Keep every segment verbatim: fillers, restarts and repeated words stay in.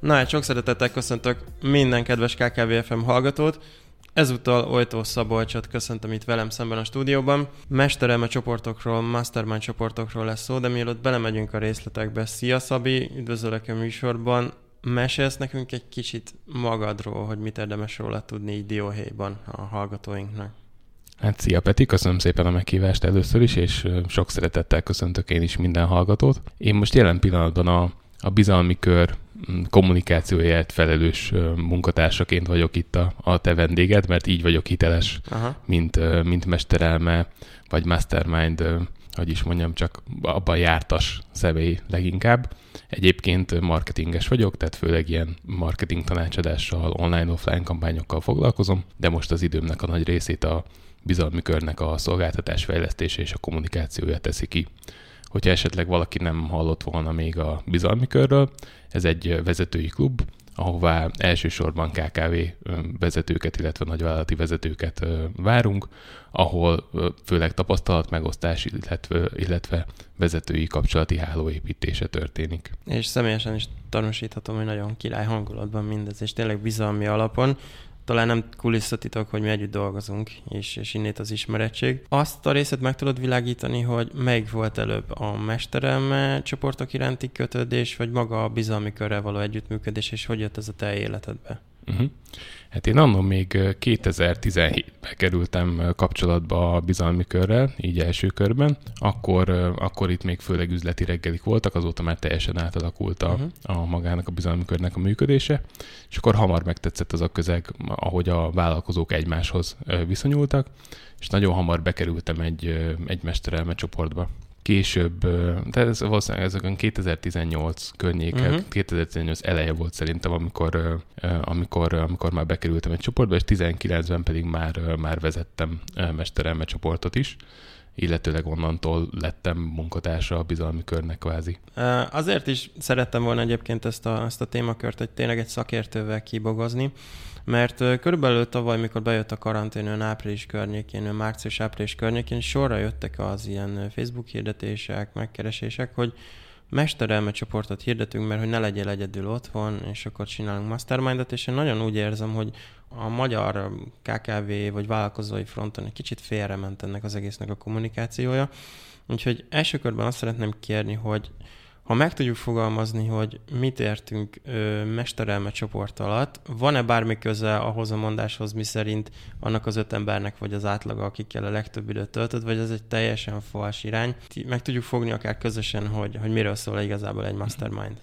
Na hát sok szeretettel köszöntök minden kedves ká ká vé ef em hallgatót. Ezúttal Ojtó Szabolcsot köszöntöm itt velem szemben a stúdióban. Mesterelme csoportokról, mastermind csoportokról lesz szó, de mielőtt belemegyünk a részletekbe, szia Szabi, üdvözöllek a műsorban. Mesélsz nekünk egy kicsit magadról, hogy mit érdemes róla tudni így dióhéjban a hallgatóinknak. Hát szia Peti, köszönöm szépen a meghívást először is, és sok szeretettel köszöntök én is minden hallgatót. Én most jelen pillanatban a, a bizalmi kör kommunikációjáért felelős munkatársaként vagyok itt a, a te vendéged, mert így vagyok hiteles, mint, mint mesterelme, vagy mastermind, hogy is mondjam, csak abban jártas személy leginkább. Egyébként marketinges vagyok, tehát főleg ilyen marketing tanácsadással, online-offline kampányokkal foglalkozom, de most az időmnek a nagy részét a bizalmi körnek a szolgáltatás fejlesztése és a kommunikációja teszi ki. Hogyha esetleg valaki nem hallott volna még a bizalmi körről, ez egy vezetői klub, ahová elsősorban ká ká vé vezetőket, illetve nagyvállalati vezetőket várunk, ahol főleg tapasztalatmegosztás, illetve, illetve vezetői kapcsolati hálóépítése történik. És személyesen is tanúsíthatom, hogy nagyon király hangulatban mindez, és tényleg bizalmi alapon. Talán nem kulisszatitok, hogy mi együtt dolgozunk, és, és innét az ismerettség. Azt a részét meg tudod világítani, hogy melyik volt előbb a mesterelme csoportok iránti kötődés, vagy maga a bizalmi körrel való együttműködés, és hogy jött ez a te életedbe? Uh-huh. Hát én annon még kétezer-tizenhétben kerültem kapcsolatba a bizalmi körrel, így első körben. Akkor, akkor itt még főleg üzleti reggelik voltak, azóta már teljesen átalakult a, uh-huh. a magának a bizalmi körnek a működése, és akkor hamar megtetszett az a közeg, ahogy a vállalkozók egymáshoz viszonyultak, és nagyon hamar bekerültem egy, egy mesterelme csoportba. Később, tehát ez valószínűleg ezeken kétezer-tizennyolc környéke, uh-huh. kétezer-tizennyolc eleje volt szerintem, amikor, amikor, amikor már bekerültem egy csoportba, és tizenkilencben pedig már, már vezettem mesterelme csoportot is, illetőleg onnantól lettem munkatársa a bizalmi körnek kvázi. Azért is szerettem volna egyébként ezt a, ezt a témakört, hogy tényleg egy szakértővel kibogozni, mert körülbelül tavaly, mikor bejött a karantén, olyan április környékén, olyan március-április környékén, sorra jöttek az ilyen Facebook hirdetések, megkeresések, hogy mesterelme csoportot hirdetünk, mert hogy ne legyél egyedül otthon, és akkor csinálunk mastermindot, és én nagyon úgy érzem, hogy a magyar ká ká vé vagy vállalkozói fronton egy kicsit félrement ennek az egésznek a kommunikációja. Úgyhogy első körben azt szeretném kérni, hogy ha meg tudjuk fogalmazni, hogy mit értünk ö, mesterelme csoport alatt, van-e bármi köze ahhoz a mondáshoz, miszerint annak az öt embernek vagy az átlaga, akikkel a legtöbb időt töltöd, vagy ez egy teljesen fals irány? Meg tudjuk fogni akár közösen, hogy, hogy miről szól igazából egy mastermind.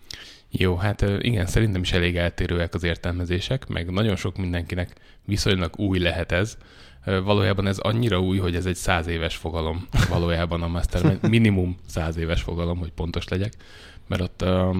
Jó, hát igen, szerintem is elég eltérőek az értelmezések, meg nagyon sok mindenkinek viszonylag új lehet ez. Valójában ez annyira új, hogy ez egy száz éves fogalom valójában a mastermind, minimum száz éves fogalom, hogy pontos legyek, mert ott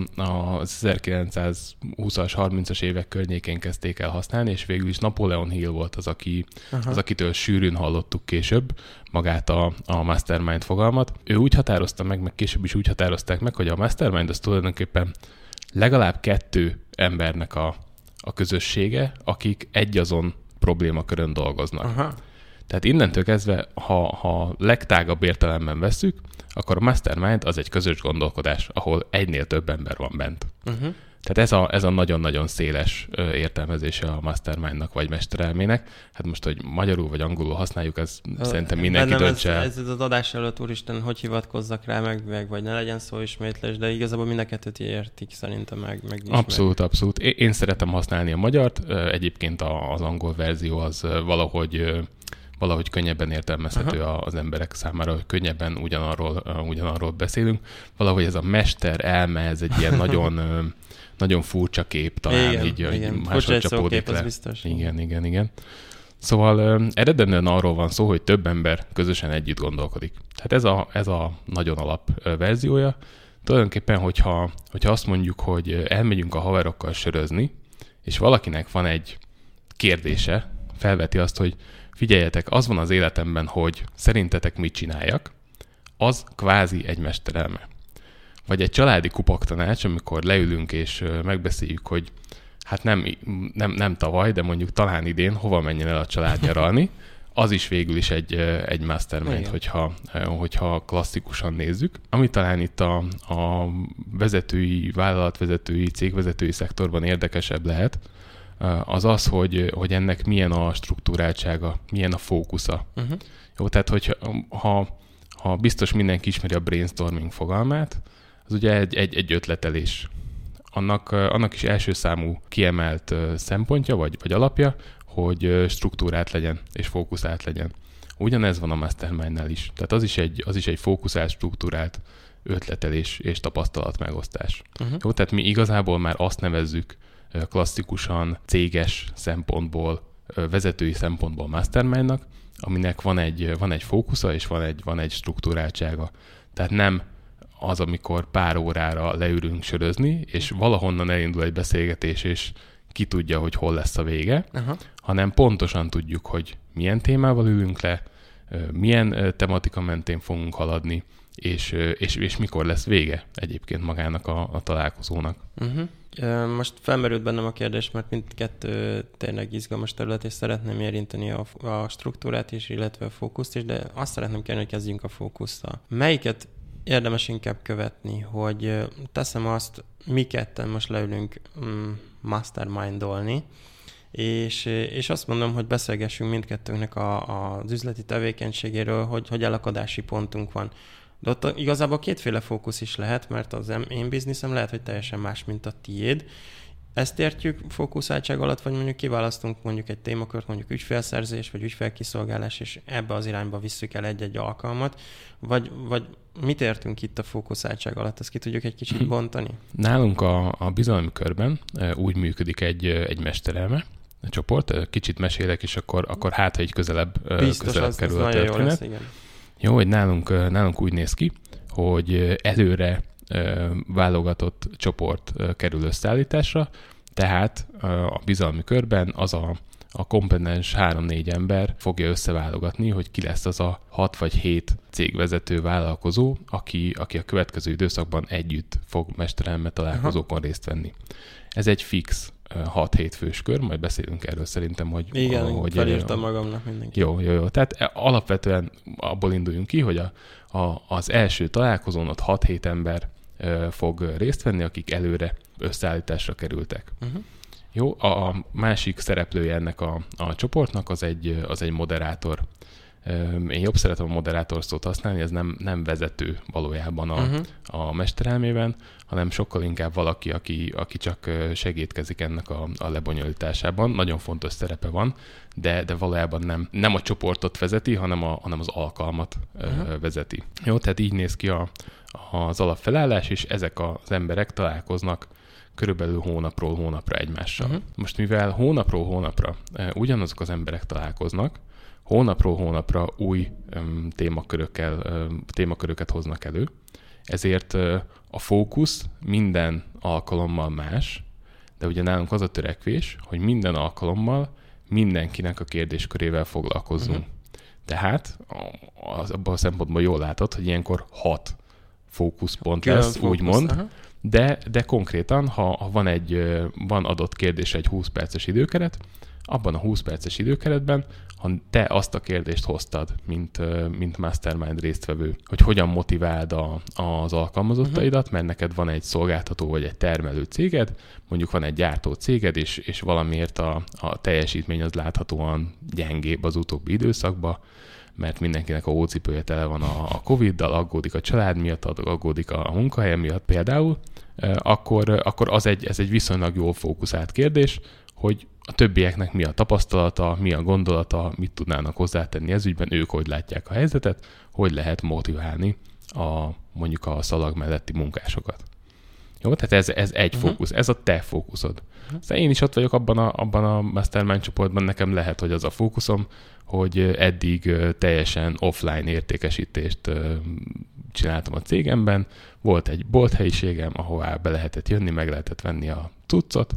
az ezerkilencszázhúszas, harmincas évek környékén kezdték el használni, és végül is Napoleon Hill volt az, aki, az akitől sűrűn hallottuk később magát a, a mastermind fogalmat. Ő úgy határozta meg, meg később is úgy határozták meg, hogy a mastermind az tulajdonképpen legalább kettő embernek a, a közössége, akik egyazon problémakörön dolgoznak. Aha. Tehát innentől kezdve, ha, ha legtágabb értelemben vesszük, akkor a mastermind az egy közös gondolkodás, ahol egynél több ember van bent. Uh-huh. Tehát ez a, ez a nagyon-nagyon széles értelmezése a mastermindnak vagy mesterelmének. Hát most, hogy magyarul vagy angolul használjuk, ez uh, szerintem mindenki döntse el. Ez, ez az adás előtt, úristen, hogy hivatkozzak rá, meg, meg vagy ne legyen szó ismétlés, de igazából mind a kettőt értik szerintem meg. meg abszolút, meg. abszolút. Én szeretem használni a magyart, egyébként az angol verzió az valahogy... valahogy könnyebben értelmezhető Aha. az emberek számára, hogy könnyebben ugyanarról, ugyanarról beszélünk. Valahogy ez a mester elme, ez egy ilyen nagyon, nagyon furcsa kép, talán igen, így, igen. máshogy csapódik le. Biztos. Igen, igen, igen. Szóval eredendően arról van szó, hogy több ember közösen együtt gondolkodik. Tehát ez a, ez a nagyon alap verziója. Tulajdonképpen, hogyha, hogyha azt mondjuk, hogy elmegyünk a haverokkal sörözni, és valakinek van egy kérdése, felveti azt, hogy figyeljetek, az van az életemben, hogy szerintetek mit csináljak, az kvázi egy mesterelme. Vagy egy családi kupaktanács, amikor leülünk és megbeszéljük, hogy hát nem, nem, nem tavaly, de mondjuk talán idén hova menjen el a család nyaralni, az is végül is egy, egy mastermind, hogyha, hogyha klasszikusan nézzük. Ami talán itt a, a vezetői, vállalatvezetői, cégvezetői szektorban érdekesebb lehet, az az, hogy, hogy ennek milyen a struktúráltsága, milyen a fókusza. Uh-huh. Jó, tehát hogyha ha, ha biztos mindenki ismeri a brainstorming fogalmát, az ugye egy, egy, egy ötletelés. Annak, annak is első számú kiemelt szempontja, vagy, vagy alapja, hogy struktúrát legyen, és fókuszált legyen. Ugyanez van a mastermindnál is. Tehát az is egy, az is egy fókuszált, struktúrált ötletelés és tapasztalatmegosztás. Uh-huh. Jó, tehát mi igazából már azt nevezzük klasszikusan céges szempontból, vezetői szempontból mastermindnak, aminek van egy, van egy fókusza, és van egy, van egy struktúráltsága. Tehát nem az, amikor pár órára leülünk sörözni, és valahonnan elindul egy beszélgetés, és ki tudja, hogy hol lesz a vége, uh-huh. hanem pontosan tudjuk, hogy milyen témával ülünk le, milyen tematika mentén fogunk haladni, és, és, és mikor lesz vége egyébként magának a, a találkozónak. Uh-huh. Most felmerült bennem a kérdés, mert mindkettő tényleg izgalmas terület, és szeretném érinteni a, a struktúrát is, illetve a fókuszt is, de azt szeretném kérni, hogy kezdjünk a fókusszal. Melyiket érdemes inkább követni, hogy teszem azt, mi ketten most leülünk um, mastermindolni, és, és azt mondom, hogy beszélgessünk mindkettőnknek a, a, az üzleti tevékenységéről, hogy, hogy elakadási pontunk van. De ott igazából kétféle fókusz is lehet, mert az én bizniszem lehet, hogy teljesen más, mint a tiéd. Ezt értjük fókuszáltság alatt, vagy mondjuk kiválasztunk mondjuk egy témakört, mondjuk ügyfélszerzés, vagy ügyfélkiszolgálás, és ebbe az irányba visszük el egy-egy alkalmat, vagy, vagy mit értünk itt a fókuszáltság alatt? Ezt ki tudjuk egy kicsit bontani? Nálunk a, a bizalmi körben úgy működik egy, egy mesterelme, a csoport. Kicsit mesélek, és akkor, akkor hát, ha így közelebb, Biztos, közelebb az, kerül az a történet. jó lesz, igen. Jó, hogy nálunk, nálunk úgy néz ki, hogy előre válogatott csoport kerül összeállításra, tehát a bizalmi körben az a, a kompetens három-négy ember fogja összeválogatni, hogy ki lesz az a hat vagy hét cégvezető vállalkozó, aki, aki a következő időszakban együtt fog mesterelme találkozókon Aha. részt venni. Ez egy fix hat-hét fős kör, majd beszélünk erről szerintem, hogy... Igen, hogy felírtam magamnak mindenki. Jó, jó, jó. Tehát alapvetően abból induljunk ki, hogy a, a, az első találkozón ott hat-hét ember ö, fog részt venni, akik előre összeállításra kerültek. Uh-huh. Jó, a, a másik szereplője ennek a, a csoportnak az egy, az egy moderátor. Én jobb szeretem a moderátor szót használni, ez nem, nem vezető valójában a, uh-huh. a mesterelmében, hanem sokkal inkább valaki, aki, aki csak segítkezik ennek a, a lebonyolításában. Nagyon fontos szerepe van, de, de valójában nem, nem a csoportot vezeti, hanem, a, hanem az alkalmat uh-huh. vezeti. Jó, tehát így néz ki a, az alapfelállás, és ezek az emberek találkoznak körülbelül hónapról hónapra egymással. Uh-huh. Most mivel hónapról hónapra ugyanazok az emberek találkoznak, hónapról hónapra új um, témakörökkel, um, témaköröket hoznak elő, ezért uh, a fókusz minden alkalommal más, de ugye nálunk az a törekvés, hogy minden alkalommal mindenkinek a kérdéskörével foglalkozzunk. Uh-huh. Tehát az, abban a szempontból jól látod, hogy ilyenkor hat fókuszpont Külön lesz, fókusz, úgymond, uh-huh. de, de konkrétan, ha, ha van, egy, van adott kérdés egy húsz perces időkeret, abban a húsz perces időkeretben, ha te azt a kérdést hoztad, mint, mint mastermind résztvevő, hogy hogyan motiváld a, az alkalmazottaidat, mert neked van egy szolgáltató vagy egy termelő céged, mondjuk van egy gyártó céged, és, és valamiért a, a teljesítmény az láthatóan gyengébb az utóbbi időszakban, mert mindenkinek a ócipője tele van a, a Coviddal, aggódik a család miatt, aggódik a munkahely miatt például, akkor, akkor az egy, ez egy viszonylag jól fókuszált kérdés, hogy a többieknek mi a tapasztalata, mi a gondolata, mit tudnának hozzátenni ez ügyben, ők hogy látják a helyzetet, hogy lehet motiválni a, mondjuk a szalag melletti munkásokat. Jó, tehát ez, ez egy uh-huh. fókusz, ez a te fókuszod. Uh-huh. Szóval én is ott vagyok abban a, abban a mastermind csoportban, nekem lehet, hogy az a fókuszom, hogy eddig teljesen offline értékesítést csináltam a cégemben, volt egy bolthelyiségem, ahová be lehetett jönni, meg lehetett venni a cuccot,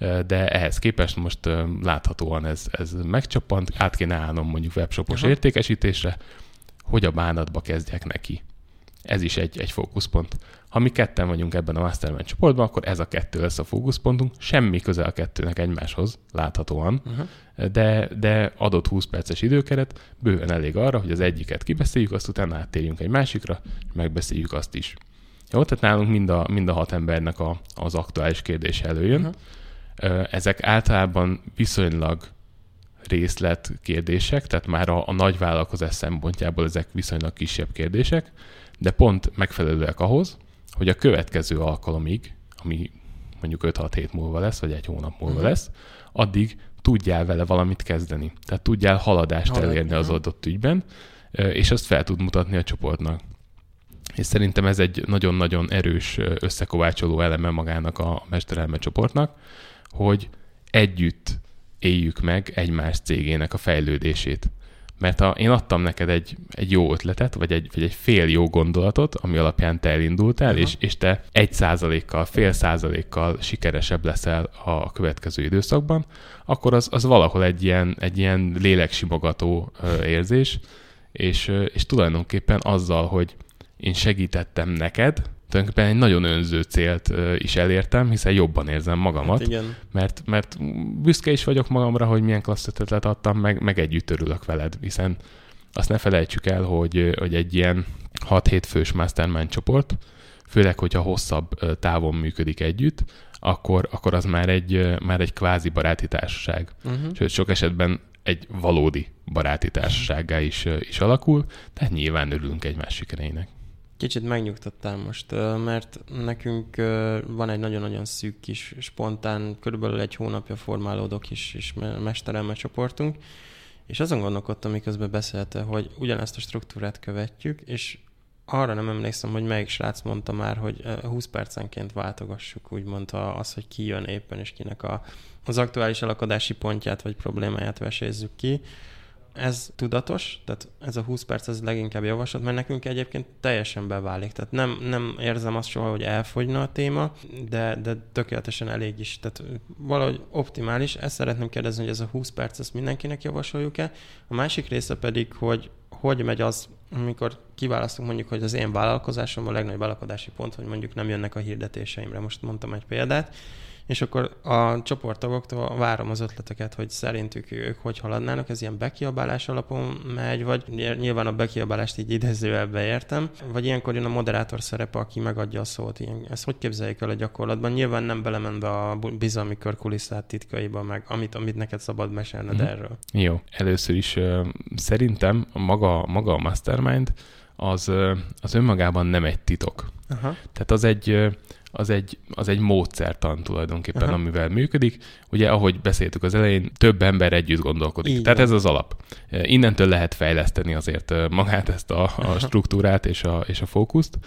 de ehhez képest most láthatóan ez, ez megcsappant, át kéne állnom mondjuk webshopos Aha. értékesítésre, hogy a bánatba kezdjek neki. ez is egy, egy fókuszpont. Ha mi ketten vagyunk ebben a mastermind csoportban, akkor ez a kettő lesz a fókuszpontunk, semmi köze a kettőnek egymáshoz, láthatóan, uh-huh. de, de adott húsz perces időkeret bőven elég arra, hogy az egyiket kibeszéljük, azt utána áttérjünk egy másikra, és megbeszéljük azt is. Jó, tehát nálunk mind a, mind a hat embernek a, az aktuális kérdés előjön. Uh-huh. Ezek általában viszonylag részlet kérdések, tehát már a, a nagy vállalkozás szempontjából ezek viszonylag kisebb kérdések, de pont megfelelőek ahhoz, hogy a következő alkalomig, ami mondjuk öt-hat hét múlva lesz, vagy egy hónap múlva uh-huh. lesz, addig tudjál vele valamit kezdeni. Tehát tudjál haladást Halad, elérni az adott ügyben, és azt fel tud mutatni a csoportnak. És szerintem ez egy nagyon-nagyon erős összekovácsoló eleme magának a mesterelme csoportnak, hogy együtt éljük meg egymás cégének a fejlődését. Mert ha én adtam neked egy, egy jó ötletet, vagy egy, vagy egy fél jó gondolatot, ami alapján te elindultál, uh-huh. és, és te egy százalékkal, fél százalékkal sikeresebb leszel a következő időszakban, akkor az, az valahol egy ilyen, egy ilyen léleksimogató érzés, és, és tulajdonképpen azzal, hogy én segítettem neked, tulajdonképpen egy nagyon önző célt is elértem, hiszen jobban érzem magamat, hát mert, mert büszke is vagyok magamra, hogy milyen klassz ötletet adtam, meg, meg együtt örülök veled, hiszen azt ne felejtsük el, hogy, hogy egy ilyen hat-hét fős mastermind csoport, főleg, hogyha hosszabb távon működik együtt, akkor, akkor az már egy, már egy kvázi baráti társaság. Uh-huh. Sőt, sok esetben egy valódi baráti társasággá is, is alakul, tehát nyilván örülünk egymás sikereinek. Kicsit megnyugtattál most, mert nekünk van egy nagyon-nagyon szűk kis, spontán, körülbelül egy hónapja formálódó kis, kis mesterelme csoportunk, és azon gondolkodtam, miközben beszélte, hogy ugyanezt a struktúrát követjük, és arra nem emlékszem, hogy melyik srác mondta már, hogy húsz percenként váltogassuk, úgy mondta az, hogy ki jön éppen, és kinek a, az aktuális elakadási pontját vagy problémáját vesézzük ki. Ez tudatos, tehát ez a húsz perc ez leginkább javaslat, mert nekünk egyébként teljesen beválik. Tehát nem, nem érzem azt soha, hogy elfogyna a téma, de, de tökéletesen elég is. Tehát valahogy optimális. Ezt szeretném kérdezni, hogy ez a húsz perc, ezt mindenkinek javasoljuk-e. A másik része pedig, hogy hogy megy az, amikor kiválasztunk mondjuk, hogy az én vállalkozásom a legnagyobb elakadási pont, hogy mondjuk nem jönnek a hirdetéseimre. Most mondtam egy példát. És akkor a csoporttagoktól várom az ötleteket, hogy szerintük ők hogy haladnának, ez ilyen bekiabálás alapon megy, vagy nyilván a bekiabálást így idézőjelbe értem, vagy ilyenkor jön a moderátor szerepe, aki megadja a szót. Ilyen, ezt hogy képzeljük el a gyakorlatban? Nyilván nem belemenve a bizalmi kör kulisszát titkaiba, meg amit, amit neked szabad mesélned mm-hmm. erről. Jó, először is uh, szerintem maga, maga a mastermind az, uh, az önmagában nem egy titok. Aha. Tehát az egy... Uh, Az egy, az egy módszertan tulajdonképpen, Aha. amivel működik. Ugye, ahogy beszéltük az elején, több ember együtt gondolkodik. Így Tehát van. Ez az alap. Innentől lehet fejleszteni azért magát ezt a, a struktúrát és a, és a fókuszt,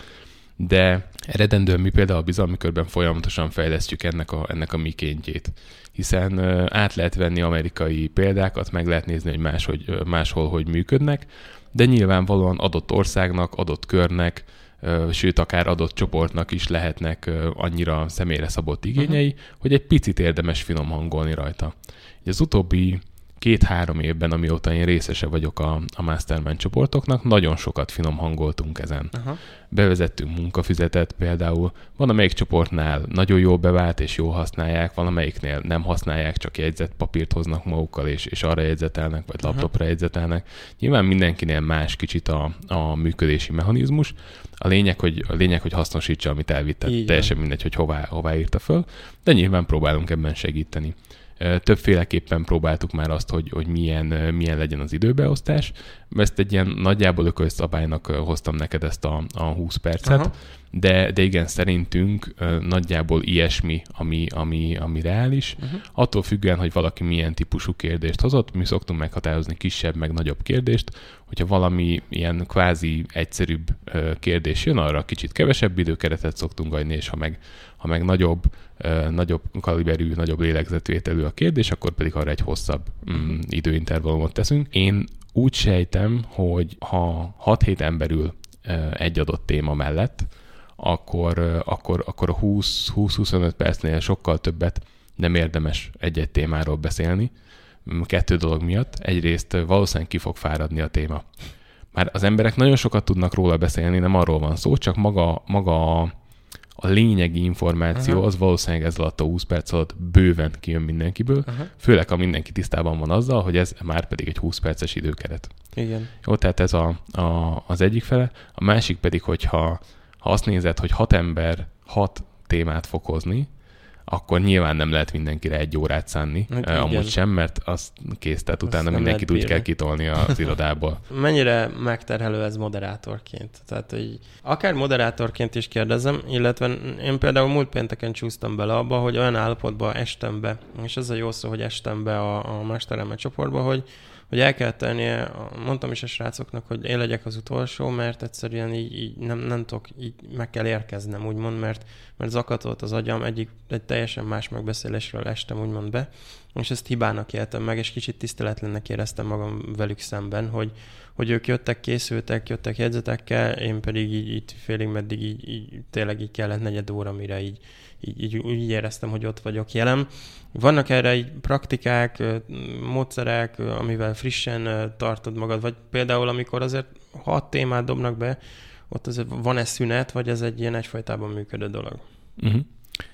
de eredendően mi például a bizalmi körben folyamatosan fejlesztjük ennek a, ennek a mikéntjét. Hiszen át lehet venni amerikai példákat, meg lehet nézni, hogy máshogy, máshol hogy működnek, de nyilvánvalóan adott országnak, adott körnek, sőt, akár adott csoportnak is lehetnek annyira személyre szabott igényei, uh-huh. hogy egy picit érdemes finom hangolni rajta. Az utóbbi két-három évben, amióta én részese vagyok a, a mastermind csoportoknak, nagyon sokat finom hangoltunk ezen. Uh-huh. Bevezettünk munkafizetet például, van amelyik csoportnál nagyon jól bevált és jól használják, van amelyiknél nem használják, csak jegyzett papírt hoznak magukkal és, és arra jegyzetelnek, vagy laptopra uh-huh. jegyzetelnek. Nyilván mindenkinél más kicsit a, a működési mechanizmus. A lényeg, hogy, a lényeg, hogy hasznosítsa, amit elvitett. Teljesen mindegy, hogy hová, hová írta föl, de nyilván próbálunk ebben segíteni. Többféleképpen próbáltuk már azt, hogy, hogy milyen, milyen legyen az időbeosztás. Ezt egy ilyen nagyjából ökölszabálynak hoztam neked ezt a, a húsz percet, de, de igen, szerintünk nagyjából ilyesmi, ami, ami, ami reális. Uh-huh. Attól függően, hogy valaki milyen típusú kérdést hozott, mi szoktunk meghatározni kisebb, meg nagyobb kérdést. Hogyha valami ilyen kvázi egyszerűbb kérdés jön, arra kicsit kevesebb időkeretet szoktunk adni, és ha meg, ha meg nagyobb, nagyobb kaliberű, nagyobb lélegzetvételű a kérdés, akkor pedig arra egy hosszabb mm, időintervallumot teszünk. Én úgy sejtem, hogy ha hat-hét ember ül egy adott téma mellett, akkor, akkor, akkor a húsz-huszonöt percnél sokkal többet nem érdemes egy-egy témáról beszélni. Kettő dolog miatt. Egyrészt valószínűleg ki fog fáradni a téma. már az emberek nagyon sokat tudnak róla beszélni, nem arról van szó, csak maga, maga a, a lényegi információ, uh-huh. az valószínűleg ez alatt a húsz perc alatt bőven kijön mindenkiből, uh-huh. főleg, ha mindenki tisztában van azzal, hogy ez már pedig egy húsz perces időkeret. Igen. Jó, tehát ez a, a, az egyik fele. A másik pedig, hogyha ha azt nézed, hogy hat ember hat témát fog hozni, akkor nyilván nem lehet mindenkire egy órát szánni, hát, amúgy igen. sem, mert az kész, tehát utána azt mindenkit úgy kell kitolni az irodából. Mennyire megterhelő ez moderátorként? Tehát, hogy akár moderátorként is kérdezem, illetve én például múlt pénteken csúsztam bele abba, hogy olyan állapotba estem be, és ez a jó szó, hogy estem be a, a Mesterelme csoportba, hogy hogy el kell tennie, mondtam is a srácoknak, hogy én legyek az utolsó, mert egyszerűen így, így nem, nem tudok, így meg kell érkeznem, úgymond, mert, mert zakatolt az agyam, egyik, egy teljesen más megbeszélésről estem úgymond be, és ezt hibának éltem meg, és kicsit tiszteletlennek éreztem magam velük szemben, hogy, hogy ők jöttek, készültek, jöttek jegyzetekkel, én pedig így, így félig meddig így, így, tényleg így kellett negyed óra, mire így, így, így úgy éreztem, hogy ott vagyok jelen. Vannak erre így praktikák, módszerek, amivel frissen tartod magad, vagy például amikor azért hat témát dobnak be, ott azért van-e szünet, vagy ez egy ilyen egyfajtában működő dolog? Uh-huh.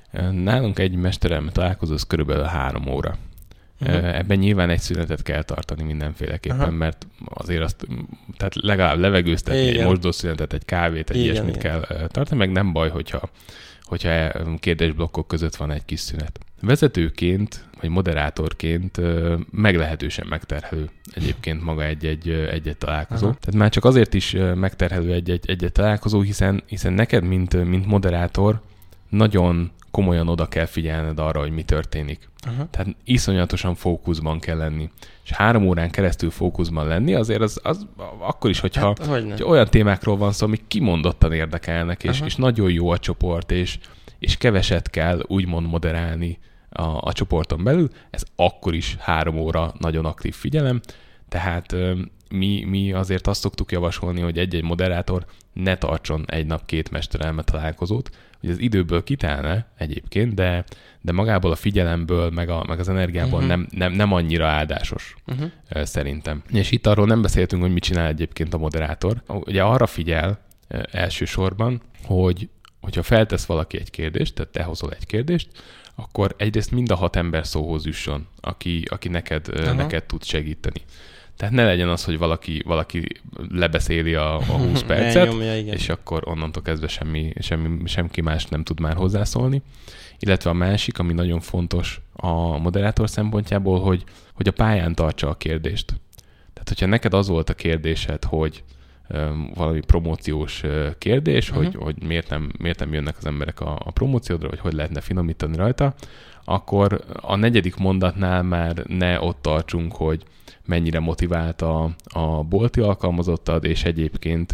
Nálunk egy mesterelme találkozó az körülbelül három óra. Uh-huh. Ebben nyilván egy szünetet kell tartani mindenféleképpen, uh-huh. mert azért azt, tehát legalább levegőztetni, igen. egy mosdószünetet, egy kávét, egy igen, ilyesmit igen. kell tartani, meg nem baj, hogyha, hogyha kérdésblokkok között van egy kis szünet. Vezetőként, vagy moderátorként meglehetősen megterhelő egyébként maga egy-egy, egy-egy találkozó. Aha. Tehát már csak azért is megterhelő egy-egy, egy-egy találkozó, hiszen, hiszen neked, mint, mint moderátor, nagyon komolyan oda kell figyelned arra, hogy mi történik. Aha. Tehát iszonyatosan fókuszban kell lenni. És három órán keresztül fókuszban lenni, azért az, az akkor is, hogyha, hát, hogyha olyan témákról van szó, amik kimondottan érdekelnek, és, és nagyon jó a csoport, és, és keveset kell úgymond moderálni a, a csoporton belül, ez akkor is három óra nagyon aktív figyelem, tehát mi, mi azért azt szoktuk javasolni, hogy egy-egy moderátor ne tartson egy nap két mesterelme találkozót, hogy az időből kitelne egyébként, de, de magából a figyelemből, meg, a, meg az energiából uh-huh. nem, nem, nem annyira áldásos uh-huh. szerintem. És itt arról nem beszéltünk, hogy mit csinál egyébként a moderátor. Ugye arra figyel elsősorban, hogy hogyha feltesz valaki egy kérdést, tehát te hozol egy kérdést, akkor egyrészt mind a hat ember szóhoz jusson, aki, aki neked, uh-huh. neked tud segíteni. Tehát ne legyen az, hogy valaki, valaki lebeszéli a, a húsz percet, nyomja, és akkor onnantól kezdve semmi, semmi, semki más nem tud már hozzászólni. Illetve a másik, ami nagyon fontos a moderátor szempontjából, hogy, hogy a pályán tartsa a kérdést. Tehát, hogyha neked az volt a kérdésed, hogy um, valami promóciós uh, kérdés, uh-huh. hogy, hogy miért, nem, miért nem jönnek az emberek a, a promóciódra, vagy hogy lehetne finomítani rajta, akkor a negyedik mondatnál már ne ott tartsunk, hogy mennyire motivált a, a bolti alkalmazottad, és egyébként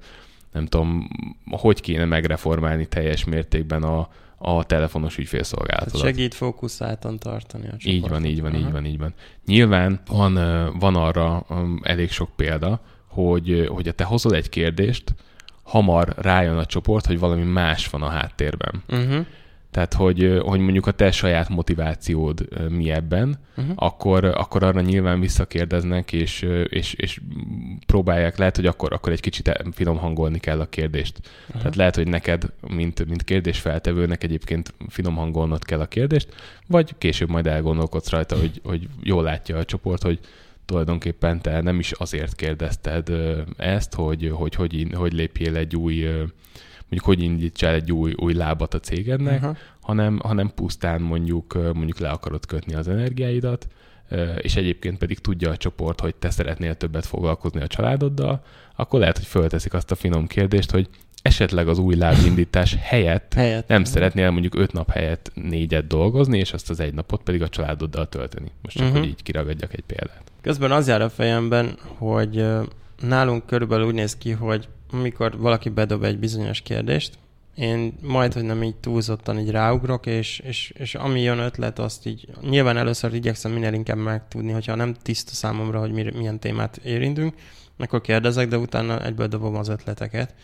nem tudom, hogy kéne megreformálni teljes mértékben a, a telefonos ügyfélszolgálatodat. Segít fókuszáltan tartani a csoportot. Így van, így van, Aha. így van, így van. Nyilván van, van arra elég sok példa, hogy, hogy te hozol egy kérdést, hamar rájön a csoport, hogy valami más van a háttérben. Uh-huh. Tehát, hogy, hogy mondjuk a te saját motivációd mi ebben, uh-huh. akkor, akkor arra nyilván visszakérdeznek, és, és, és próbálják, lehet, hogy akkor, akkor egy kicsit finom hangolni kell a kérdést. Uh-huh. Tehát lehet, hogy neked, mint, mint kérdésfeltevőnek egyébként finom hangolnod kell a kérdést, vagy később majd elgondolkodsz rajta, hogy, hogy jól látja a csoport, hogy tulajdonképpen te nem is azért kérdezted ezt, hogy hogy, hogy, hogy lépjél egy új... mondjuk hogy indítsál egy új, új lábat a cégednek, uh-huh. hanem, hanem pusztán mondjuk, mondjuk le akarod kötni az energiáidat, és egyébként pedig tudja a csoport, hogy te szeretnél többet foglalkozni a családoddal, akkor lehet, hogy fölteszik azt a finom kérdést, hogy esetleg az új lábindítás helyett, helyett nem szeretnél mondjuk öt nap helyett négyet dolgozni, és azt az egy napot pedig a családoddal tölteni. Most csak, uh-huh. hogy így kiragadjak egy példát. Közben az jár a fejemben, hogy nálunk körülbelül úgy néz ki, hogy amikor valaki bedob egy bizonyos kérdést, én majd, hogy nem így túlzottan így ráugrok, és, és, és ami jön ötlet, azt így nyilván először igyekszem minél inkább megtudni, hogyha nem tiszta számomra, hogy milyen témát érintünk, akkor kérdezek, de utána egyből dobom az ötleteket.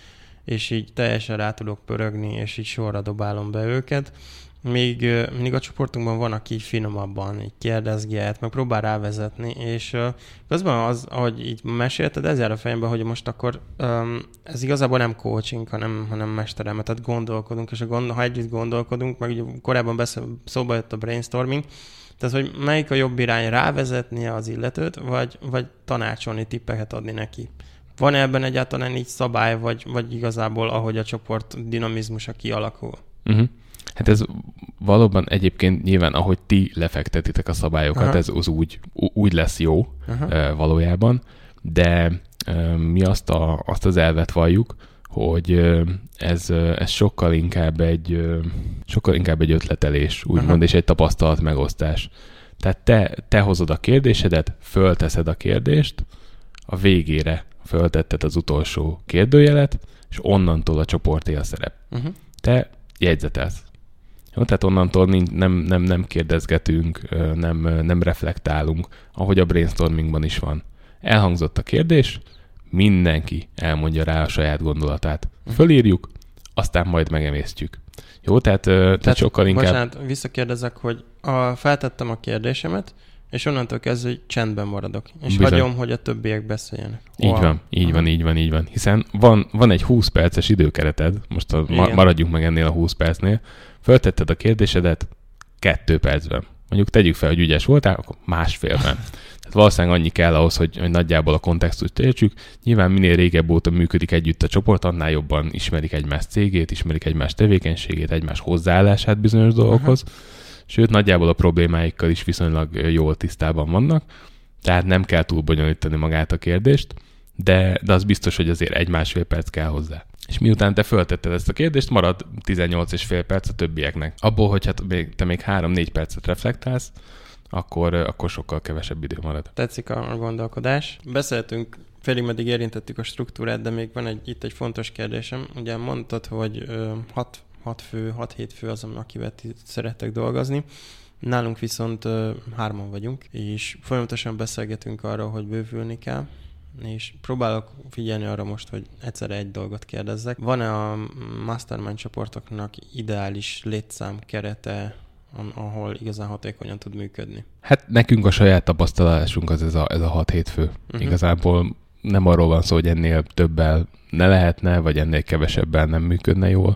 és így teljesen rá tudok pörögni, és így sorra dobálom be őket. Még mindig a csoportunkban van, aki finomabban így kérdezget, meg próbál rávezetni, és uh, közben az, ahogy így mesélted, ez jár a fejembe, hogy most akkor um, ez igazából nem coaching, hanem, hanem mesterelme, tehát gondolkodunk, és a gond, ha együtt gondolkodunk, meg ugye korábban beszél, szóba jött a brainstorming, tehát hogy melyik a jobb irány, rávezetnie az illetőt, vagy, vagy tanácsolni, tippeket adni neki. Van ebben egyáltalán így szabály, vagy, vagy igazából ahogy a csoport dinamizmusa kialakul? Uh-huh. Hát ez valóban egyébként nyilván, ahogy ti lefektetitek a szabályokat, Aha. ez az úgy, úgy lesz jó Aha. valójában, de mi azt, a, azt az elvet valljuk, hogy ez, ez sokkal inkább egy sokkal inkább egy ötletelés, úgymond, Aha. és egy tapasztalat megosztás. Tehát te, te hozod a kérdésedet, fölteszed a kérdést, a végére föltetted az utolsó kérdőjelet, és onnantól a csoporté a szerep. Uh-huh. Te jegyzetelsz. Jó, tehát onnantól nem, nem, nem kérdezgetünk, nem, nem reflektálunk, ahogy a brainstormingban is van. Elhangzott a kérdés, mindenki elmondja rá a saját gondolatát. Fölírjuk, aztán majd megemésztjük. Jó, tehát, tehát, tehát sokkal inkább... Bocsánat, visszakérdezek, hogy a, feltettem a kérdésemet, és onnantól kezdve, hogy csendben maradok. És Bizony. hagyom, hogy a többiek beszéljenek. Így wow. van, így Aha. van, így van, így van. Hiszen van, van egy húsz perces időkereted, most a, ma, maradjunk meg ennél a húsz percnél, föltetted a kérdésedet kettő percben. Mondjuk tegyük fel, hogy ügyes voltál, akkor másfélben. Tehát valószínűleg annyi kell ahhoz, hogy, hogy nagyjából a kontextust értsük. Nyilván minél régebb óta működik együtt a csoport, annál jobban ismerik egymás cégét, ismerik egymás tevékenységét, egymás hozzáállását bizonyos dolgokhoz. Aha. Sőt, nagyjából a problémáikkal is viszonylag jól tisztában vannak, tehát nem kell túl bonyolítani magát a kérdést, de, de az biztos, hogy azért egy-másfél perc kell hozzá. És miután te föltetted ezt a kérdést, marad tizennyolc és fél perc a többieknek. Abból, hogy hát te még három-négy percet reflektálsz, akkor, akkor sokkal kevesebb idő marad. Tetszik a gondolkodás. Beszéltünk, félig meddig érintettük a struktúrát, de még van egy, itt egy fontos kérdésem. Ugye mondtad, hogy ö, hat, hat fő, hat-hét fő az, akivel szerettek dolgozni. Nálunk viszont ö, hárman vagyunk, és folyamatosan beszélgetünk arról, hogy bővülni kell, és próbálok figyelni arra most, hogy egyszerre egy dolgot kérdezzek. Van-e a mastermind csoportoknak ideális létszám kerete, ahol igazán hatékonyan tud működni? Hát nekünk a saját tapasztalásunk az ez a, ez a hat-hét fő. Uh-huh. Igazából nem arról van szó, hogy ennél többel ne lehetne, vagy ennél kevesebben nem működne jól,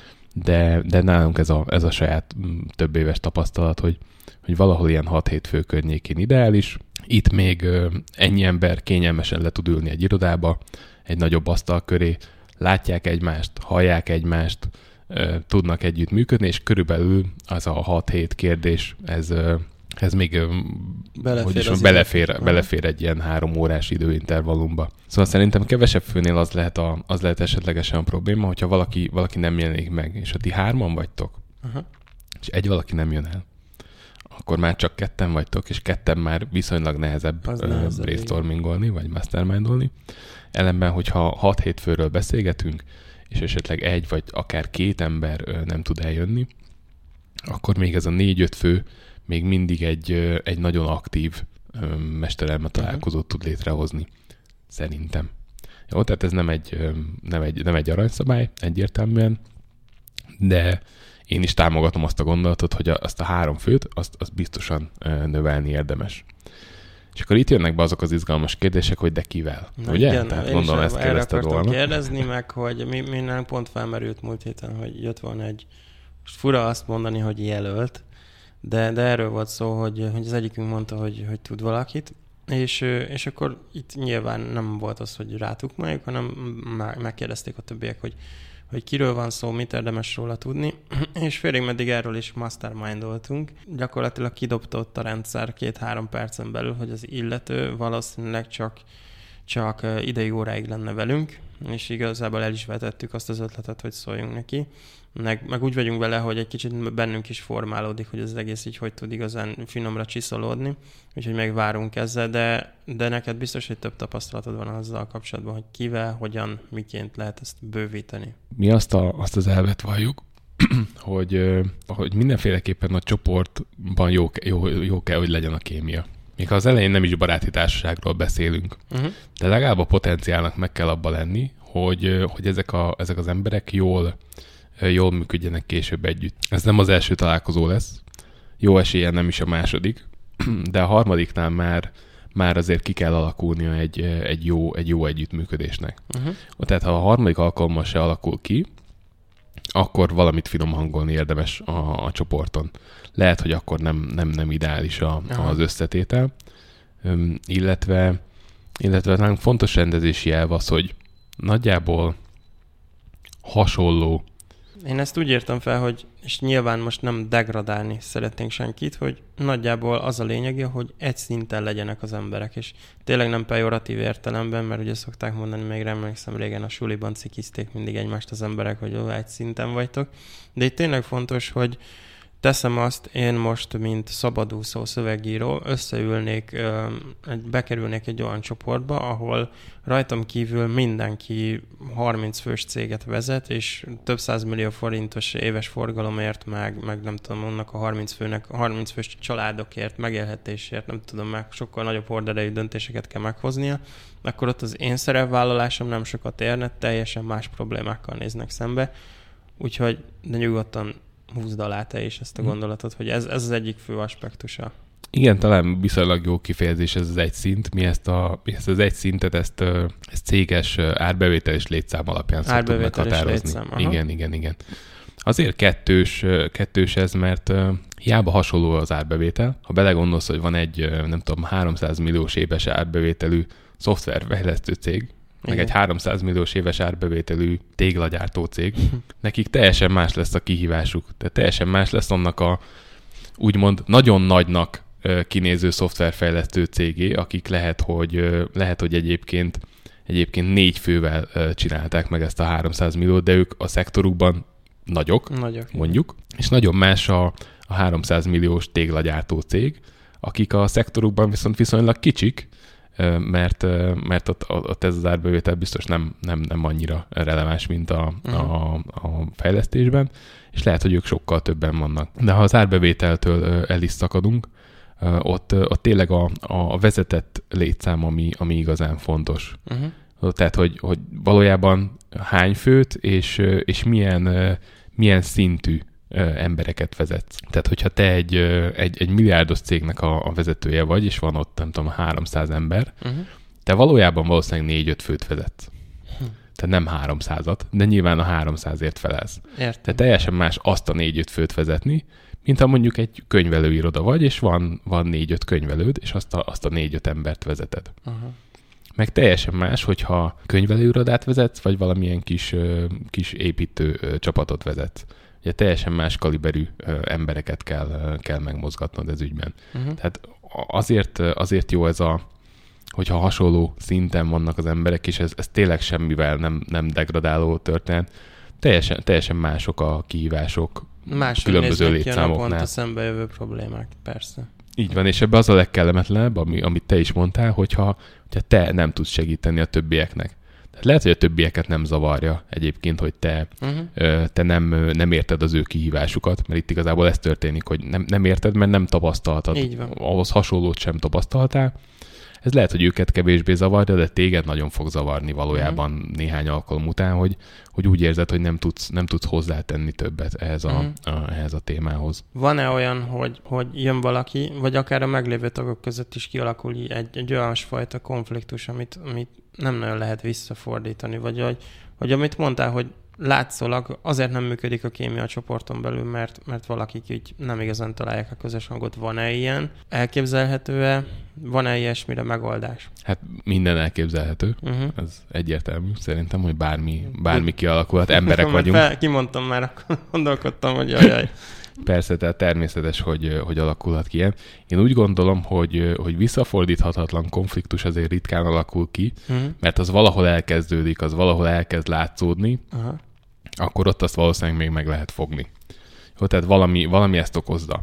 de, de nálunk ez a, ez a saját több éves tapasztalat, hogy, hogy valahol ilyen hat-hét fő környékén ideális. Itt még ö, ennyi ember kényelmesen le tud ülni egy irodába, egy nagyobb asztal köré, látják egymást, hallják egymást, ö, tudnak együtt működni, és körülbelül az a hat-hét kérdés, ez, ö, ez még ö, belefér, is, belefér, belefér egy ilyen három órás időintervallumba. Szóval szerintem kevesebb főnél az lehet, a, az lehet esetlegesen a probléma, hogyha valaki, valaki nem jelenik meg, és ha ti hárman vagytok, Aha. és egy valaki nem jön el, akkor már csak ketten vagytok, és ketten már viszonylag nehezebb uh, brainstormingolni, vagy mastermindolni. Ellenben, hogyha hat-hét főről beszélgetünk, és esetleg egy vagy akár két ember uh, nem tud eljönni, akkor még ez a négy-öt fő még mindig egy, uh, egy nagyon aktív uh, mesterelme találkozót tud létrehozni. Szerintem. Jó, tehát ez nem egy, uh, nem egy, nem egy aranyszabály egyértelműen, de én is támogatom azt a gondolatot, hogy azt a három főt, azt, azt biztosan növelni érdemes. És akkor itt jönnek be azok az izgalmas kérdések, hogy de kivel. Na ugye? Igen, Tehát én gondolom, is ezt erre akartam volna. kérdezni meg, hogy mi, mi nem pont felmerült múlt héten, hogy jött volna egy, most fura azt mondani, hogy jelölt, de, de erről volt szó, hogy, hogy az egyikünk mondta, hogy, hogy tud valakit, és, és akkor itt nyilván nem volt az, hogy rátukmáljuk, hanem megkérdezték a többiek, hogy hogy kiről van szó, mit érdemes róla tudni, és félig meddig erről is mastermindoltunk. Gyakorlatilag kidobta ott a rendszer két-három percen belül, hogy az illető valószínűleg csak, csak idei óráig lenne velünk, és igazából el is vetettük azt az ötletet, hogy szóljunk neki. Meg, meg úgy vagyunk vele, hogy egy kicsit bennünk is formálódik, hogy az egész így hogy tud igazán finomra csiszolódni, úgyhogy megvárunk ezzel, de, de neked biztos, hogy több tapasztalatod van azzal kapcsolatban, hogy kivel, hogyan, miként lehet ezt bővíteni. Mi azt, a, azt az elvet valljuk, hogy, hogy mindenféleképpen a csoportban jó, jó, jó kell, hogy legyen a kémia. Még ha az elején nem is baráti társaságról beszélünk, uh-huh. de legalább a potenciálnak meg kell abba lenni, hogy, hogy ezek, a, ezek az emberek jól, jól működjenek később együtt. Ez nem az első találkozó lesz, jó eséllyel nem is a második, de a harmadiknál már, már azért ki kell alakulnia egy, egy, jó, egy jó együttműködésnek. Uh-huh. Tehát ha a harmadik alkalommal se alakul ki, akkor valamit finom hangolni érdemes a, a csoporton. Lehet, hogy akkor nem, nem, nem ideális a, az összetétel, Üm, illetve, illetve talán fontos rendezési elv az, hogy nagyjából hasonló. Én ezt úgy értem fel, hogy, és nyilván most nem degradálni szeretnénk senkit, hogy nagyjából az a lényege, hogy egy szinten legyenek az emberek, és tényleg nem pejoratív értelemben, mert ugye szokták mondani, még emlékszem, régen a suliban cikizték mindig egymást az emberek, hogy ó, egy szinten vagytok, de itt tényleg fontos, hogy teszem azt, én most, mint szabadúszó szövegíró, összeülnék, bekerülnék egy olyan csoportba, ahol rajtam kívül mindenki harminc fős céget vezet, és több százmillió forintos éves forgalomért, meg, meg nem tudom, annak a harminc főnek, a harminc fős családokért, megélhetésért, nem tudom, meg sokkal nagyobb horderejű döntéseket kell meghoznia, akkor ott az én szerepvállalásom nem sokat érne, teljesen más problémákkal néznek szembe, úgyhogy de nyugodtan húzd alá te is ezt a gondolatot, hogy ez, ez az egyik fő aspektusa. Igen, talán viszonylag jó kifejezés ez az egy szint. Mi ezt, a, mi ezt az egy szintet, ezt, ezt céges árbevétel és létszám alapján szoktuk meghatározni. Igen, igen, igen. Azért kettős, kettős ez, mert hiába hasonló az árbevétel. Ha belegondolsz, hogy van egy, nem tudom, háromszáz milliós éves árbevételű szoftverfejlesztő cég, meg egy háromszáz milliós éves árbevételű téglagyártó cég, nekik teljesen más lesz a kihívásuk. Tehát teljesen más lesz annak a úgymond nagyon nagynak kinéző szoftverfejlesztő cégé, akik lehet, hogy, lehet, hogy egyébként, egyébként négy fővel csinálták meg ezt a háromszáz milliót, de ők a szektorukban nagyok, nagyok mondjuk, és nagyon más a, a háromszáz milliós téglagyártó cég, akik a szektorukban viszont viszonylag kicsik, mert, mert ott, ott ez az árbevétel biztos nem, nem, nem annyira releváns, mint a, uh-huh. a, a fejlesztésben, és lehet, hogy ők sokkal többen vannak. De ha az árbevételtől el is szakadunk, ott, ott tényleg a, a vezetett létszám, ami, ami igazán fontos. Uh-huh. Tehát, hogy, hogy valójában hány főt és, és milyen, milyen szintű embereket vezetsz. Tehát, hogyha te egy, egy, egy milliárdos cégnek a, a vezetője vagy, és van ott, nem tudom, háromszáz ember, uh-huh. te valójában valószínűleg négy-öt főt vezetsz. Uh-huh. Tehát nem háromszázat, de nyilván a háromszázért felelsz. Értem. Tehát teljesen más azt a négy-öt főt vezetni, mint ha mondjuk egy könyvelőiroda vagy, és van, van négy-öt könyvelőd, és azt a, azt a négy-öt embert vezeted. Uh-huh. Meg teljesen más, hogyha könyvelőirodát vezetsz, vagy valamilyen kis, kis építő csapatot vezetsz. Ugye teljesen más kaliberű embereket kell, kell megmozgatnod ez ügyben. Uh-huh. Tehát azért, azért jó ez a, hogyha hasonló szinten vannak az emberek, és ez, ez tényleg semmivel nem, nem degradáló történet, teljesen, teljesen mások a kihívások, máshogy különböző létszámoknál. Pont a szembejövő problémák, persze. Így van, és ebbe az a legkellemetlenebb, ami, amit te is mondtál, hogyha, hogyha te nem tudsz segíteni a többieknek. Tehát lehet, hogy a többieket nem zavarja egyébként, hogy te, uh-huh. te nem, nem érted az ő kihívásukat, mert itt igazából ez történik, hogy nem, nem érted, mert nem tapasztaltad. Ahhoz hasonlót sem tapasztaltál. Ez lehet, hogy őket kevésbé zavarja, de téged nagyon fog zavarni valójában uh-huh. néhány alkalom után, hogy, hogy úgy érzed, hogy nem tudsz, nem tudsz hozzátenni többet ehhez a, uh-huh. a, ehhez a témához. Van-e olyan, hogy, hogy jön valaki, vagy akár a meglévő tagok között is kialakul egy, egy olyan fajta konfliktus, amit, amit nem nagyon lehet visszafordítani, vagy hogy, hogy amit mondtál, hogy látszólag azért nem működik a kémia a csoporton belül, mert, mert valakik így nem igazán találják a közös hangot. Van-e ilyen? Elképzelhető-e? Van-e ilyesmire megoldás? Hát minden elképzelhető. Uh-huh. Ez egyértelmű. Szerintem, hogy bármi, bármi kialakulhat. Emberek vagyunk. Fel, kimondtam már, akkor gondolkodtam, hogy jajjaj. Persze, tehát természetes, hogy, hogy alakulhat ki ilyen. Én úgy gondolom, hogy, hogy visszafordíthatatlan konfliktus azért ritkán alakul ki, uh-huh. mert az valahol elkezdődik, az valahol elkezd látszódni, uh-huh. akkor ott azt valószínűleg még meg lehet fogni. Jó, tehát valami, valami ezt okozza.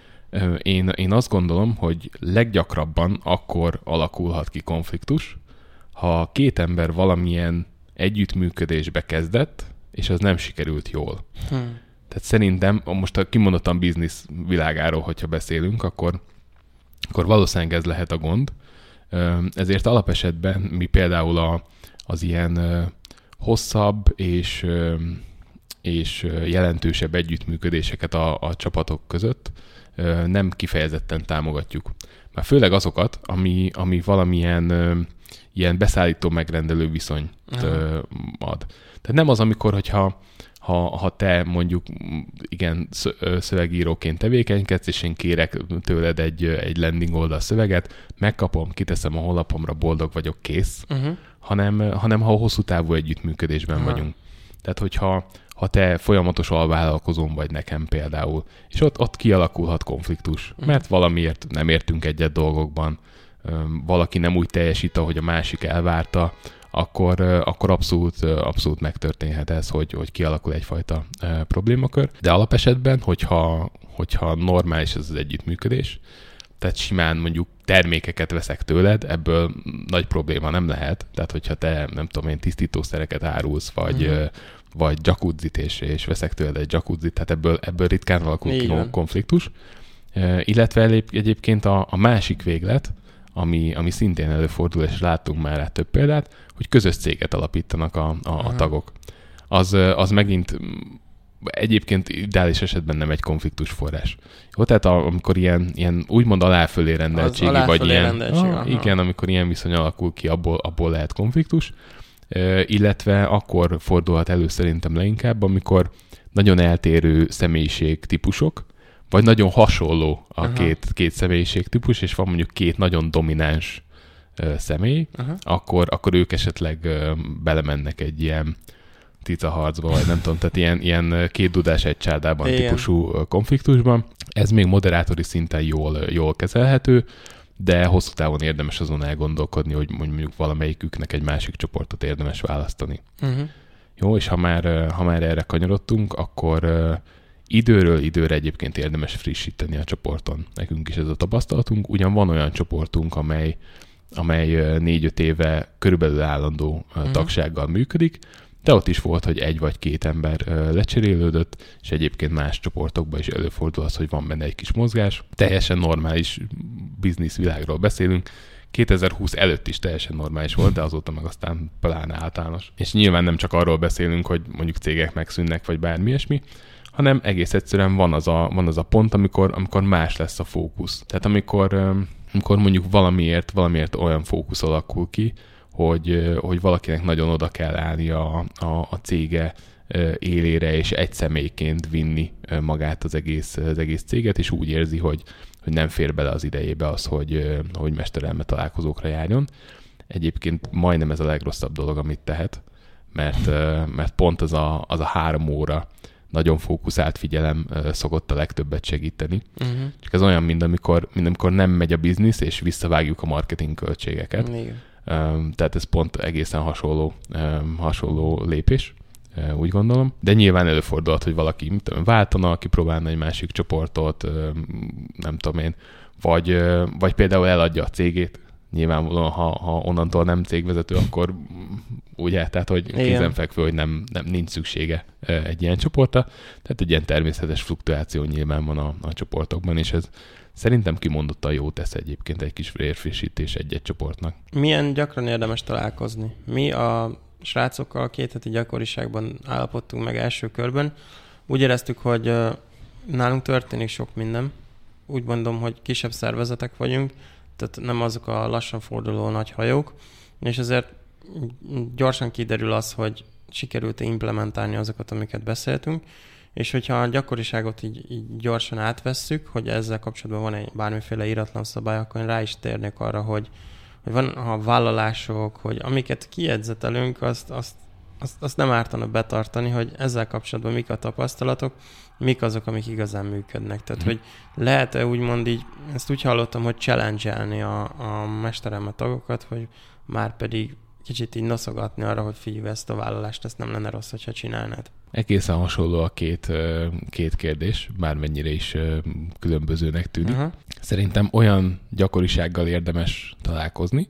Én, én azt gondolom, hogy leggyakrabban akkor alakulhat ki konfliktus, ha két ember valamilyen együttműködésbe kezdett, és az nem sikerült jól. Hmm. Tehát szerintem, most a kimondottan biznisz világáról, hogyha beszélünk, akkor, akkor valószínűleg ez lehet a gond. Ezért alapesetben mi például a, az ilyen hosszabb és, és jelentősebb együttműködéseket a, a csapatok között nem kifejezetten támogatjuk. Már főleg azokat, ami, ami valamilyen ilyen beszállító megrendelő viszonyt uh-huh. ad. Tehát nem az, amikor, hogyha ha, ha te mondjuk igen szövegíróként tevékenykedsz, és én kérek tőled egy, egy landing oldal szöveget, megkapom, kiteszem a honlapomra, boldog vagyok, kész, uh-huh. hanem, hanem ha hosszú távú együttműködésben uh-huh. vagyunk. Tehát, hogyha ha te folyamatos alvállalkozón vagy nekem például, és ott, ott kialakulhat konfliktus, uh-huh. mert valamiért nem értünk egyet dolgokban, valaki nem úgy teljesít, ahogy a másik elvárta, akkor, akkor abszolút, abszolút megtörténhet ez, hogy, hogy kialakul egyfajta e, problémakör. De alapesetben, hogyha, hogyha normális ez az együttműködés, tehát simán mondjuk termékeket veszek tőled, ebből nagy probléma nem lehet. Tehát, hogyha te, nem tudom én, tisztítószereket árulsz, vagy, uh-huh. vagy jacuzzit, és, és veszek tőled egy jacuzzit, tehát ebből, ebből ritkán alakul ki konfliktus. E, illetve egyébként a, a másik véglet, Ami, ami szintén előfordul, és láttunk már rá több példát, hogy közös céget alapítanak a, a, a tagok. Az, az megint egyébként ideális esetben nem egy konfliktus forrás. Jó, tehát amikor ilyen, ilyen úgymond aláfölé rendeltségi, alá vagy ilyen, rendeltség, ah, igen, amikor ilyen viszony alakul ki, abból, abból lehet konfliktus, e, illetve akkor fordulhat elő szerintem leginkább, amikor nagyon eltérő személyiség típusok, vagy nagyon hasonló a két, két személyiségtípus, és van mondjuk két nagyon domináns uh, személy, uh-huh. akkor, akkor ők esetleg uh, belemennek egy ilyen cica harcba, vagy nem tudom, tehát ilyen, ilyen két dudás egy csárdában igen. típusú uh, konfliktusban. Ez még moderátori szinten jól, jól kezelhető, de hosszú távon érdemes azon elgondolkodni, hogy mondjuk valamelyiküknek egy másik csoportot érdemes választani. Uh-huh. Jó, és ha már, ha már erre kanyarodtunk, akkor uh, időről időre egyébként érdemes frissíteni a csoporton. Nekünk is ez a tapasztalatunk. Ugyan van olyan csoportunk, amely, amely négy-öt éve körülbelül állandó uh-huh. tagsággal működik, de ott is volt, hogy egy vagy két ember lecserélődött, és egyébként más csoportokban is előfordul az, hogy van benne egy kis mozgás. Teljesen normális bizniszvilágról beszélünk. kétezer-húsz előtt is teljesen normális volt, de azóta meg aztán pláne általános. És nyilván nem csak arról beszélünk, hogy mondjuk cégek megszűnnek, vagy bármi ilyesmi, hanem egész egyszerűen van az a, van az a pont, amikor, amikor más lesz a fókusz. Tehát amikor, amikor mondjuk valamiért, valamiért olyan fókusz alakul ki, hogy, hogy valakinek nagyon oda kell állni a, a, a cége élére, és egy személyként vinni magát az egész, az egész céget, és úgy érzi, hogy, hogy nem fér bele az idejébe az, hogy, hogy mesterelme találkozókra járjon. Egyébként majdnem ez a legrosszabb dolog, amit tehet, mert, mert pont az a, az a három óra nagyon fókuszált figyelem uh, szokott a legtöbbet segíteni. Uh-huh. Csak ez olyan, mint amikor, mint amikor nem megy a biznisz, és visszavágjuk a marketing költségeket. Um, tehát ez pont egészen hasonló, um, hasonló lépés, uh, úgy gondolom. De nyilván előfordulhat, hogy valaki mit tudom, váltana, kipróbálna egy másik csoportot, um, nem tudom én, vagy, uh, vagy például eladja a cégét. Nyilvánvalóan, ha, ha onnantól nem cégvezető, akkor ugye, tehát, hogy kézenfekvő, hogy nem, nem, nincs szüksége egy ilyen csoportra. Tehát egy ilyen természetes fluktuáció nyilván van a, a csoportokban, és ez szerintem kimondottan jó tesz egyébként egy kis frissítés egy-egy csoportnak. Milyen gyakran érdemes találkozni? Mi a srácokkal két heti gyakoriságban állapodtunk meg első körben. Úgy éreztük, hogy nálunk történik sok minden. Úgy mondom, hogy kisebb szervezetek vagyunk, tehát nem azok a lassan forduló nagy hajók, és ezért gyorsan kiderül az, hogy sikerült implementálni azokat, amiket beszéltünk, és hogyha a gyakoriságot így, így gyorsan átvesszük, hogy ezzel kapcsolatban van egy bármiféle íratlan szabály, akkor én rá is térnék arra, hogy, hogy van a vállalások, hogy amiket kijegyzetelünk, azt, azt, azt, azt nem ártana betartani, hogy ezzel kapcsolatban mik a tapasztalatok, mik azok, amik igazán működnek. Tehát, mm. hogy lehet-e úgymond így, ezt úgy hallottam, hogy challenge-elni a, a mesterelme tagokat, hogy már pedig kicsit így noszogatni arra, hogy figyelj, ezt a vállalást, ezt nem lenne rossz, hogyha csinálnád. Egészen hasonló a két, két kérdés, bármennyire is különbözőnek tűnik. Uh-huh. Szerintem olyan gyakorisággal érdemes találkozni,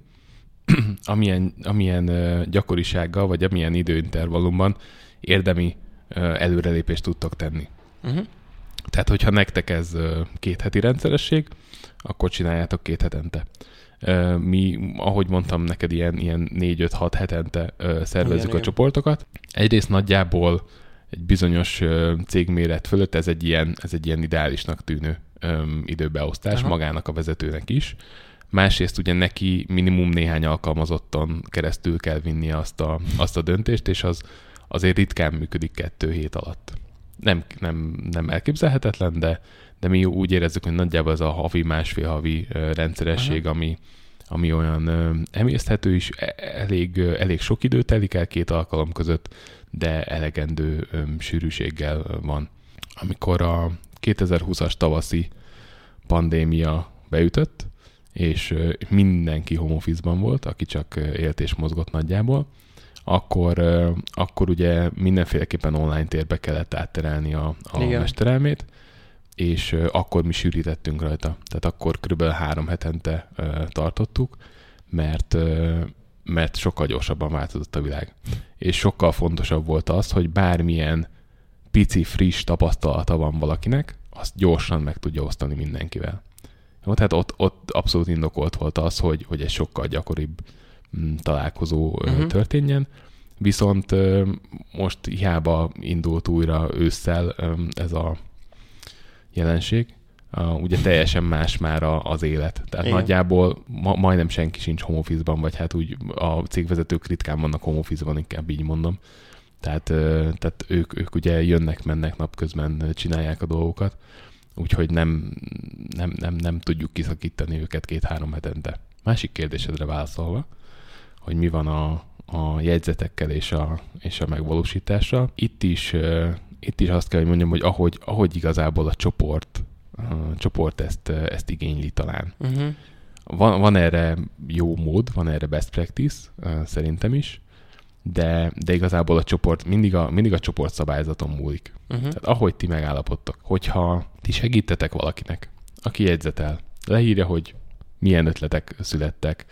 amilyen, amilyen gyakorisággal, vagy amilyen időintervallumban érdemi előrelépést tudtok tenni. Uh-huh. Tehát, hogyha nektek ez két heti rendszeresség, akkor csináljátok két hetente. Mi, ahogy mondtam neked, ilyen, ilyen négy-öt-hat hetente szervezzük igen, a igen. csoportokat. Egyrészt nagyjából egy bizonyos cégméret fölött ez egy ilyen, ez egy ilyen ideálisnak tűnő időbeosztás Aha. magának a vezetőnek is. Másrészt ugye neki minimum néhány alkalmazottan keresztül kell vinni azt a, azt a döntést, és az azért ritkán működik kettő hét alatt. Nem, nem, nem elképzelhetetlen, de, de mi úgy érezzük, hogy nagyjából ez a havi, másfél havi rendszeresség, ami, ami olyan emészthető is, elég, elég sok idő telik el két alkalom között, de elegendő sűrűséggel van. Amikor a kétezer-húszas tavaszi pandémia beütött, és mindenki home office-ban volt, aki csak élt és mozgott nagyjából, akkor, akkor ugye mindenféleképpen online térbe kellett átterelni a, a mesterelmét, és akkor mi sűrítettünk rajta. Tehát akkor körülbelül három hetente tartottuk, mert, mert sokkal gyorsabban változott a világ. És sokkal fontosabb volt az, hogy bármilyen pici, friss tapasztalata van valakinek, azt gyorsan meg tudja osztani mindenkivel. Jó, tehát ott, ott abszolút indokolt volt az, hogy, hogy egy sokkal gyakoribb m, találkozó uh-huh. történjen. Viszont most hiába indult újra ősszel ez a jelenség, ugye teljesen más már az élet. Tehát Igen. nagyjából ma, majdnem senki sincs home office-ban, vagy hát úgy a cégvezetők ritkán vannak home office-ban, inkább így mondom. Tehát, tehát ők, ők ugye jönnek-mennek napközben, csinálják a dolgokat, úgyhogy nem, nem, nem, nem tudjuk kiszakítani őket két-három hetente. Másik kérdésedre válaszolva, hogy mi van a, a jegyzetekkel és a, és a megvalósítással. Itt is, uh, itt is azt kell, hogy mondjam, hogy ahogy, ahogy igazából a csoport, a csoport ezt, ezt igényli talán. Uh-huh. Van, van erre jó mód, van erre best practice, uh, szerintem is, de, de igazából a csoport, mindig a, mindig a csoport szabályzaton múlik. Uh-huh. Tehát ahogy ti megállapodtok, hogyha ti segítetek valakinek, aki jegyzetel, leírja, hogy milyen ötletek születtek,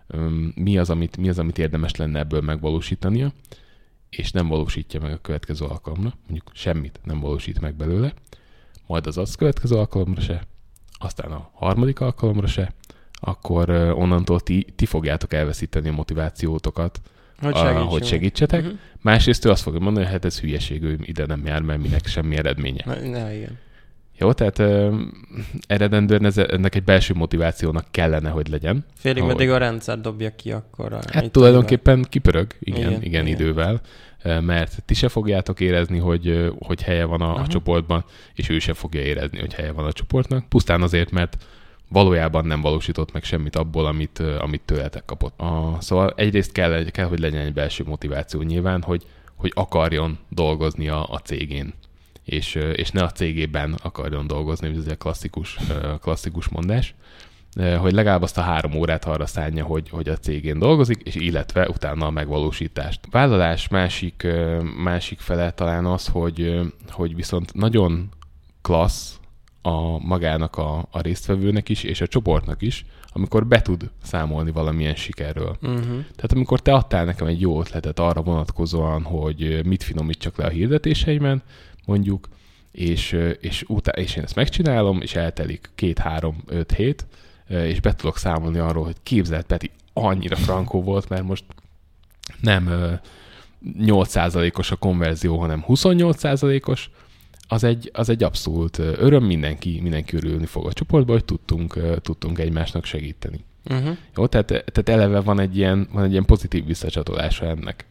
mi az, amit, mi az, amit érdemes lenne ebből megvalósítania, és nem valósítja meg a következő alkalomra, mondjuk semmit nem valósít meg belőle, majd az az következő alkalomra se, aztán a harmadik alkalomra se, akkor onnantól ti, ti fogjátok elveszíteni a motivációtokat, hogy, a, hogy segítsetek. Uh-huh. Másrészt ő azt fogja mondani, hogy hát ez hülyeség, ő ide nem jár, mert minek semmi eredménye. Na, na igen. Jó, tehát uh, eredendően ez, ennek egy belső motivációnak kellene, hogy legyen. Félig ahogy... meddig a rendszer dobja ki akkor. A hát tulajdonképpen kipörög, igen, igen, igen, igen idővel, mert ti se fogjátok érezni, hogy, hogy helye van a, uh-huh. a csoportban, és ő se fogja érezni, hogy helye van a csoportnak. Pusztán azért, mert valójában nem valósított meg semmit abból, amit, amit tőletek kapott. A, szóval egyrészt kell, kell, hogy legyen egy belső motiváció nyilván, hogy, hogy akarjon dolgozni a, a cégén. És, és ne a cégében akarjon dolgozni, ez egy klasszikus, klasszikus mondás, hogy legalább azt a három órát arra szánja, hogy, hogy a cégén dolgozik, és illetve utána a megvalósítást. A vállalás másik, másik fele talán az, hogy, hogy viszont nagyon klassz a magának a, a résztvevőnek is, és a csoportnak is, amikor be tud számolni valamilyen sikerről. Uh-huh. Tehát amikor te adtál nekem egy jó ötletet arra vonatkozóan, hogy mit finomítsak le a hirdetéseimen, mondjuk, és, és, utá- és én ezt megcsinálom, és eltelik két-három-öt hét, és be tudok számolni arról, hogy képzeld, Peti, annyira frankó volt, mert most nem nyolc százalékos a konverzió, hanem huszonnyolc százalékos, az egy, az egy abszolút öröm, mindenki, mindenki örülni fog a csoportban, hogy tudtunk, tudtunk egymásnak segíteni. Uh-huh. Jó, tehát, tehát eleve van egy, ilyen, van egy ilyen pozitív visszacsatolása ennek.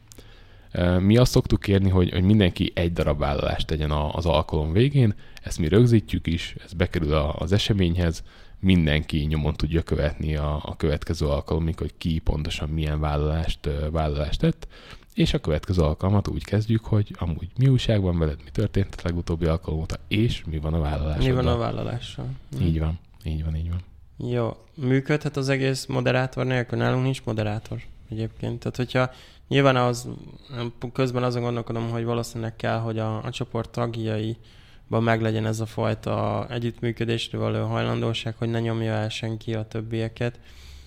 Mi azt szoktuk kérni, hogy, hogy mindenki egy darab vállalást tegyen az alkalom végén, ezt mi rögzítjük is, ez bekerül az eseményhez, mindenki nyomon tudja követni a, a következő alkalomig, hogy ki pontosan milyen vállalást, vállalást tett, és a következő alkalmat úgy kezdjük, hogy amúgy mi újságban veled, mi történt a legutóbbi alkalom óta, és mi van a vállalással. Mi van a vállalással. Így van, így van, így van. Jó, működhet az egész moderátor nélkül, nálunk nincs moderátor egyébként. Tehát, hogyha nyilván az, közben azon gondolkodom, hogy valószínűleg kell, hogy a, a csoport tagjaiban meglegyen ez a fajta együttműködésre való hajlandóság, hogy ne nyomja el senki a többieket.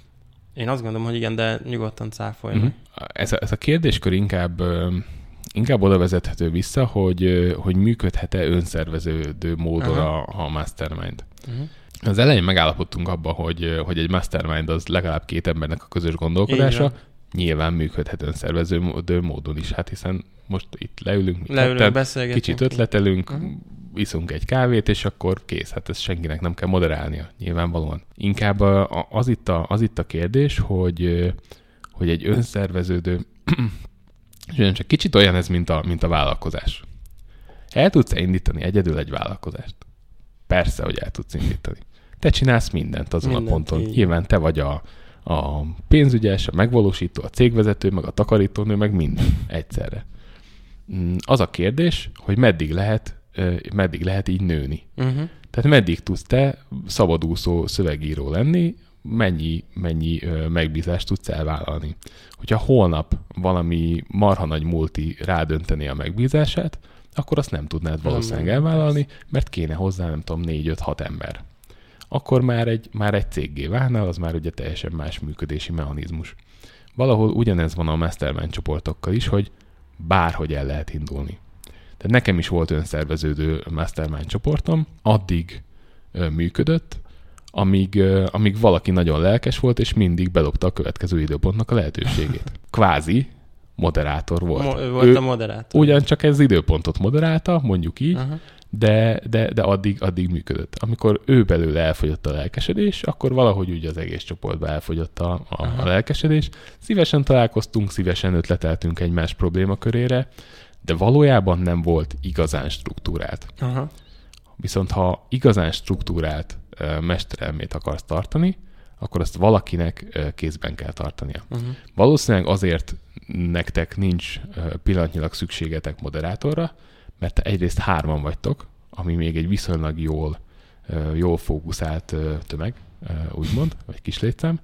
Én azt gondolom, hogy igen, de nyugodtan cáfolj. Mm-hmm. Ez, a, ez a kérdéskör inkább, inkább oda vezethető vissza, hogy, hogy működhet-e önszerveződő módon a, a mastermind. Uh-huh. Az elején megállapodtunk abba, hogy, hogy egy mastermind az legalább két embernek a közös gondolkodása, nyilván működhet önszervező módon is, hát hiszen most itt leülünk, leülünk ketten, kicsit ötletelünk, uh-huh. iszunk egy kávét, és akkor kész, hát ezt senkinek nem kell moderálnia, nyilvánvalóan. Inkább az itt a, az itt a kérdés, hogy, hogy egy önszerveződő, és csak kicsit olyan ez, mint a, mint a vállalkozás. El tudsz indítani egyedül egy vállalkozást? Persze, hogy el tudsz indítani. Te csinálsz mindent azon mindent, a ponton. Így. Nyilván te vagy a, a pénzügyes, a megvalósító, a cégvezető, meg a takarítónő, meg minden egyszerre. Az a kérdés, hogy meddig lehet, meddig lehet így nőni. Uh-huh. Tehát meddig tudsz te szabadúszó szövegíró lenni, mennyi, mennyi megbízást tudsz elvállalni. Hogyha holnap valami marha nagy multi rádönteni a megbízását, akkor azt nem tudnád valószínűleg elvállalni, mert kéne hozzá, nem tudom, négy öt hat ember. Akkor már egy, már egy céggé válnál, az már ugye teljesen más működési mechanizmus. Valahol ugyanez van a mastermind csoportokkal is, hogy bárhogy el lehet indulni. Tehát nekem is volt önszerveződő mastermind csoportom, addig ö, működött, amíg, ö, amíg valaki nagyon lelkes volt, és mindig bedobta a következő időpontnak a lehetőségét. Kvázi moderátor volt. Mo- volt ő a moderátor. Ugyancsak ez időpontot moderálta, mondjuk így, uh-huh. de, de, de addig, addig működött. Amikor ő belőle elfogyott a lelkesedés, akkor valahogy úgy az egész csoportba elfogyott a, a, uh-huh. a lelkesedés. Szívesen találkoztunk, szívesen ötleteltünk egymás problémakörére, de valójában nem volt igazán struktúrált. Uh-huh. Viszont ha igazán struktúrált uh, mesterelmét akarsz tartani, akkor azt valakinek uh, kézben kell tartania. Uh-huh. Valószínűleg azért nektek nincs uh, pillanatnyilag szükségetek moderátorra, mert te egyrészt hárman vagytok, ami még egy viszonylag jól, uh, jól fókuszált uh, tömeg, uh, úgymond, vagy kis létszám.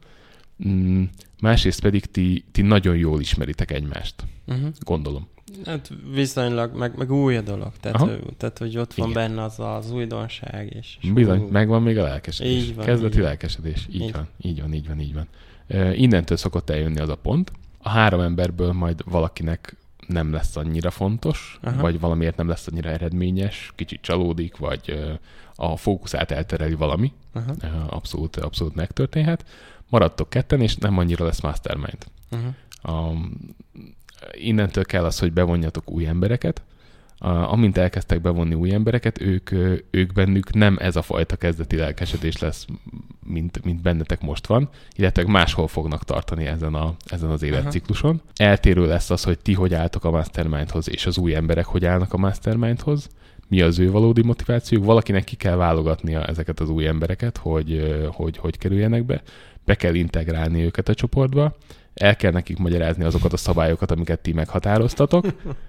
Mm, másrészt pedig ti, ti nagyon jól ismeritek egymást, uh-huh. gondolom. Hát viszonylag, meg, meg új a dolog. Tehát, hogy, tehát hogy ott van igen. benne az az újdonság. És, és bizony, új... megvan még a lelkesedés. Így van, Kezdeti így lelkesedés. Így, így van, így van, így van, így van. Uh, innentől szokott eljönni az a pont. A három emberből majd valakinek nem lesz annyira fontos, aha. vagy valamiért nem lesz annyira eredményes, kicsit csalódik, vagy uh, a fókuszát eltereli valami. Uh, abszolút, abszolút megtörténhet. Maradtok ketten, és nem annyira lesz mastermind. Uh-huh. Um, innentől kell az, hogy bevonjatok új embereket. Uh, amint elkezdtek bevonni új embereket, ők, ők bennük nem ez a fajta kezdeti lelkesedés lesz, mint, mint bennetek most van, illetve máshol fognak tartani ezen, a, ezen az életcikluson. Uh-huh. Eltérő lesz az, hogy ti hogy álltok a mastermindhoz, és az új emberek hogy állnak a mastermindhoz, mi az ő valódi motivációk. Valakinek ki kell válogatnia ezeket az új embereket, hogy hogy, hogy kerüljenek be. Be kell integrálni őket a csoportba, el kell nekik magyarázni azokat a szabályokat, amiket ti meghatároztatok.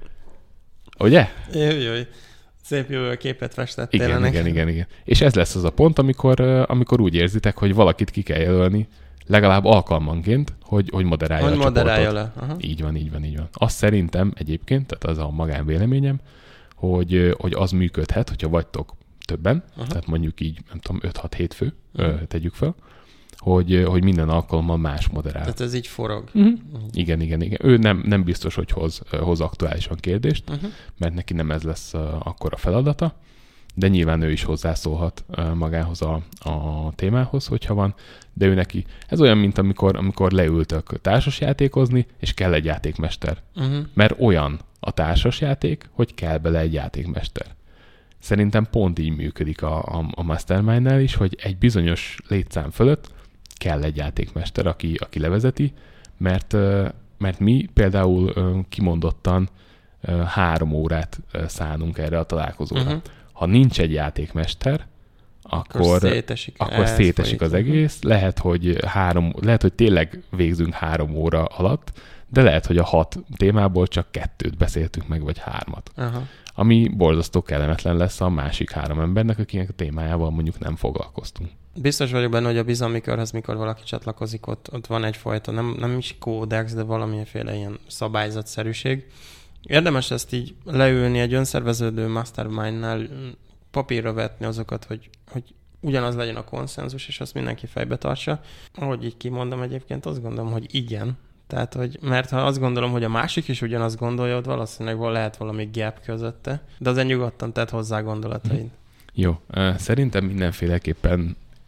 Ugye? Jó, jó. Szép jövő képet festettél igen, ennek. Igen, igen, igen. És ez lesz az a pont, amikor, amikor úgy érzitek, hogy valakit ki kell jelölni, legalább alkalmanként, hogy, hogy moderálja hogy a moderálja csoportot. Le. Aha. Így van, így van, így van. Azt szerintem egyébként, tehát az a magánvéleményem, hogy, hogy az működhet, hogyha vagytok többen, aha. tehát mondjuk így, nem tudom, öt hat hét fő, uh-huh. tegyük fel, hogy, hogy minden alkalommal más moderál. Tehát ez így forog. Uh-huh. Uh-huh. Igen, igen, igen. Ő nem, nem biztos, hogy hoz, hoz aktuálisan kérdést, uh-huh. mert neki nem ez lesz uh, akkor a feladata, de nyilván ő is hozzászólhat uh, magához a, a témához, hogyha van, de ő neki, ez olyan, mint amikor, amikor leültök társasjátékozni, és kell egy játékmester. Uh-huh. Mert olyan a társasjáték, hogy kell bele egy játékmester. Szerintem pont így működik a, a, a mastermind-nál is, hogy egy bizonyos létszám fölött kell egy játékmester, aki, aki levezeti, mert, mert mi például kimondottan három órát szánunk erre a találkozóra. Uh-huh. Ha nincs egy játékmester, akkor, akkor szétesik, akkor szétesik az egész. Lehet hogy, három, lehet, hogy tényleg végzünk három óra alatt, de lehet, hogy a hat témából csak kettőt beszéltünk meg, vagy hármat. Uh-huh. Ami borzasztó kellemetlen lesz a másik három embernek, akinek a témájával mondjuk nem foglalkoztunk. Biztos vagyok benne, hogy a bizalmi körhöz, mikor valaki csatlakozik, ott, ott van egyfajta, nem, nem is kódex, de valamilyenféle ilyen szabályzatszerűség. Érdemes ezt így leülni egy önszerveződő mastermind-nál, papírra vetni azokat, hogy, hogy ugyanaz legyen a konszenzus, és azt mindenki fejbe tartsa. Ahogy így kimondom egyébként, azt gondolom, hogy igen. Tehát, hogy, mert ha azt gondolom, hogy a másik is ugyanazt gondolja, ott valószínűleg lehet valami gap közötte, de azért nyugodtan tett hozzá gondolataid. Jó, szerintem mindenféleképpen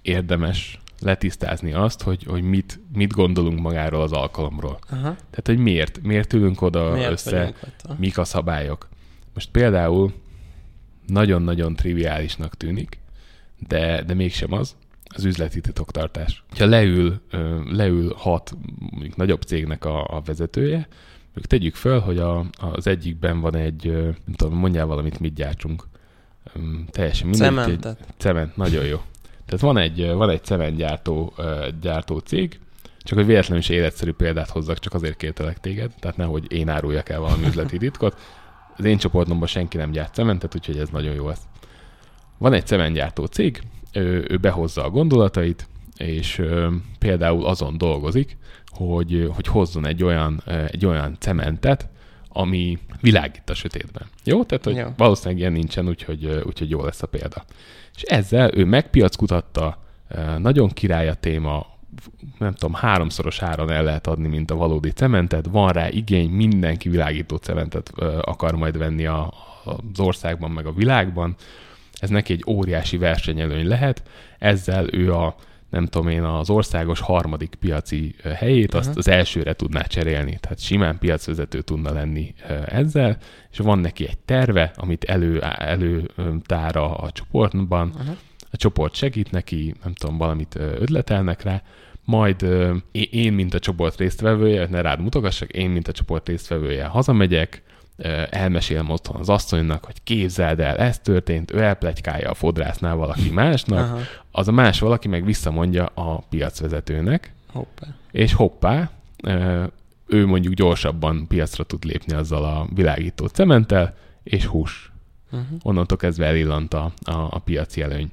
érdemes letisztázni azt, hogy, hogy mit, mit gondolunk magáról az alkalomról. Aha. Tehát, hogy miért, miért ülünk oda miért össze, mik a szabályok. Most például nagyon-nagyon triviálisnak tűnik, de, de mégsem az, az üzleti titoktartás. Ha leül, leül hat mondjuk nagyobb cégnek a, a vezetője, ők tegyük föl, hogy a, az egyikben van egy, nem tudom, mondjál valamit, mit gyártsunk. Teljesen mindegy. Cementet. Egy, cement, nagyon jó. Tehát van egy, van egy cementgyártó gyártó cég, csak hogy véletlenül is életszerű példát hozzak, csak azért kértelek téged, tehát nehogy én áruljak el valami üzleti titkot. Az én csoportomban senki nem gyárt cementet, úgyhogy ez nagyon jó lesz. Van egy cementgyártó cég, ő, ő behozza a gondolatait, és ö, például azon dolgozik, hogy, hogy hozzon egy olyan, egy olyan cementet, ami világít a sötétben. Jó? Tehát, hogy jó. Valószínűleg ilyen nincsen, úgyhogy, úgyhogy jó lesz a példa. És ezzel ő megpiackutatta, nagyon király a téma, nem tudom, háromszoros áron el lehet adni, mint a valódi cementet, van rá igény, mindenki világító cementet akar majd venni a, az országban, meg a világban. Ez neki egy óriási versenyelőny lehet, ezzel ő a, nem tudom én, az országos harmadik piaci helyét, azt uh-huh. az elsőre tudná cserélni. Tehát simán piacvezető tudna lenni ezzel, és van neki egy terve, amit elő, előtár a, a csoportban, uh-huh. a csoport segít neki, nem tudom, valamit ötletelnek rá, majd én, mint a csoport résztvevője, ne rád mutogassak, én, mint a csoport résztvevője hazamegyek, elmesélem otthon az asszonynak, hogy képzeld el, ez történt, ő elpletykálja a fodrásznál valaki másnak, aha. az a más valaki meg visszamondja a piacvezetőnek, hoppá. És hoppá, ő mondjuk gyorsabban piacra tud lépni azzal a világító cementtel, és hús. Uh-huh. Onnantól kezdve elillant a, a, a piaci előny.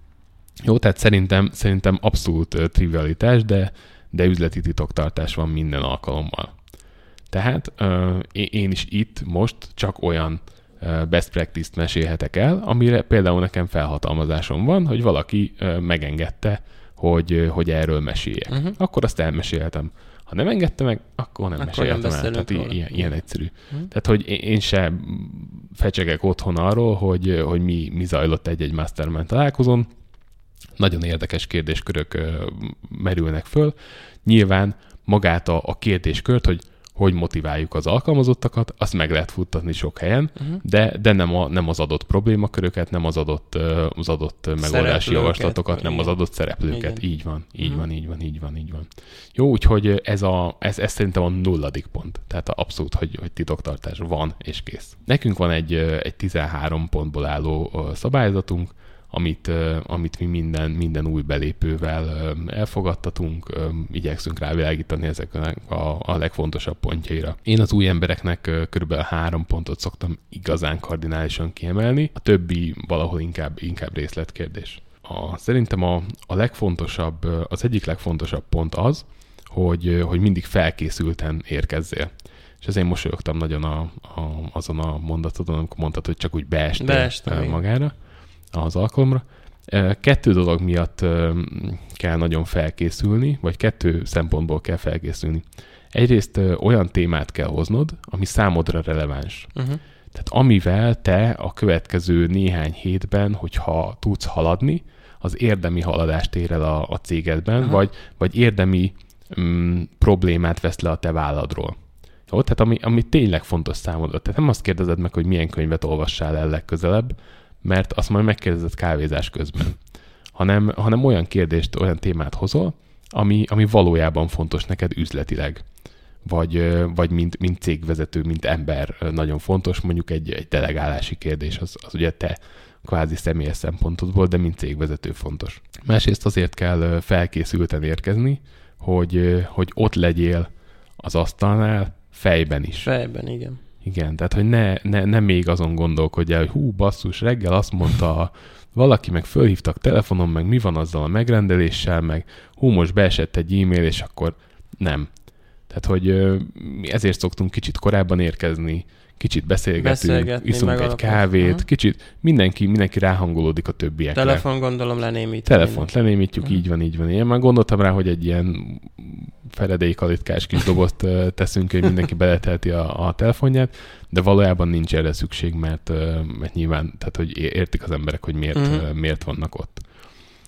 Jó, tehát szerintem, szerintem abszolút uh, trivialitás, de, de üzleti titoktartás van minden alkalommal. Tehát uh, én is itt most csak olyan uh, best practice-t mesélhetek el, amire például nekem felhatalmazásom van, hogy valaki uh, megengedte, hogy, uh, hogy erről meséljek. Uh-huh. Akkor azt elmesélhetem. Ha nem engedte meg, akkor nem akkor mesélhetem el. Tehát ilyen, ilyen egyszerű. Uh-huh. Tehát, hogy én sem fecsegek otthon arról, hogy, hogy mi, mi zajlott egy-egy mastermind találkozón. Nagyon érdekes kérdéskörök uh, merülnek föl. Nyilván magát a, a kérdéskört, hogy hogy motiváljuk az alkalmazottakat, azt meg lehet futtatni sok helyen, uh-huh. de, de nem, a, nem az adott problémaköröket, nem az adott, az adott megoldási javaslatokat, nem igen. az adott szereplőket. Igen. Így van, így uh-huh. van, így van, így van, így van. Jó, úgyhogy ez, a, ez, ez szerintem a nulladik pont. Tehát abszolút, hogy, hogy titoktartás van és kész. Nekünk van egy, egy tizenhárom pontból álló szabályzatunk, amit, amit mi minden, minden új belépővel elfogadtatunk, igyekszünk rávilágítani ezeknek a, a legfontosabb pontjaira. Én az új embereknek körülbelül három pontot szoktam igazán kardinálisan kiemelni, a többi valahol inkább, inkább részletkérdés. A, szerintem a, a legfontosabb, az egyik legfontosabb pont az, hogy, hogy mindig felkészülten érkezzél. És ezért mosolyogtam nagyon a, a, azon a mondatodon, amikor mondtad, hogy csak úgy beestél Beestem, magára. Az alkalomra. Kettő dolog miatt kell nagyon felkészülni, vagy kettő szempontból kell felkészülni. Egyrészt olyan témát kell hoznod, ami számodra releváns. Uh-huh. Tehát amivel te a következő néhány hétben, hogyha tudsz haladni, az érdemi haladást ér el a, a cégedben, uh-huh. vagy, vagy érdemi mm, problémát vesz le a te válladról. Jó? Tehát ami, ami tényleg fontos számodra. Tehát nem azt kérdezed meg, hogy milyen könyvet olvassál el legközelebb, mert azt majd megkérdezed kávézás közben, hanem, hanem olyan kérdést, olyan témát hozol, ami, ami valójában fontos neked üzletileg, vagy, vagy mint, mint cégvezető, mint ember nagyon fontos, mondjuk egy, egy delegálási kérdés, az, az ugye te kvázi személyes szempontodból, de mint cégvezető fontos. Másrészt azért kell felkészülten érkezni, hogy, hogy ott legyél az asztalnál fejben is. Fejben, igen. Igen, tehát hogy ne, ne, ne még azon gondolkodjál, hogy hú, basszus, reggel azt mondta valaki, meg fölhívtak telefonon, meg mi van azzal a megrendeléssel, meg hú, most beesett egy e-mail, és akkor nem. Tehát, hogy ezért szoktunk kicsit korábban érkezni, kicsit beszélgetünk, Beszélgetni, iszunk egy kávét, uh-huh. kicsit mindenki, mindenki ráhangolódik a többiekre. Telefon gondolom lenémítjük. Telefont lenémítjük, uh-huh. így van, így van. Én már gondoltam rá, hogy egy ilyen feredélyikalitkás kis dobozt teszünk, hogy mindenki beleteheti a, a telefonját, de valójában nincs erre szükség, mert, mert nyilván, tehát hogy értik az emberek, hogy miért, uh-huh. miért vannak ott.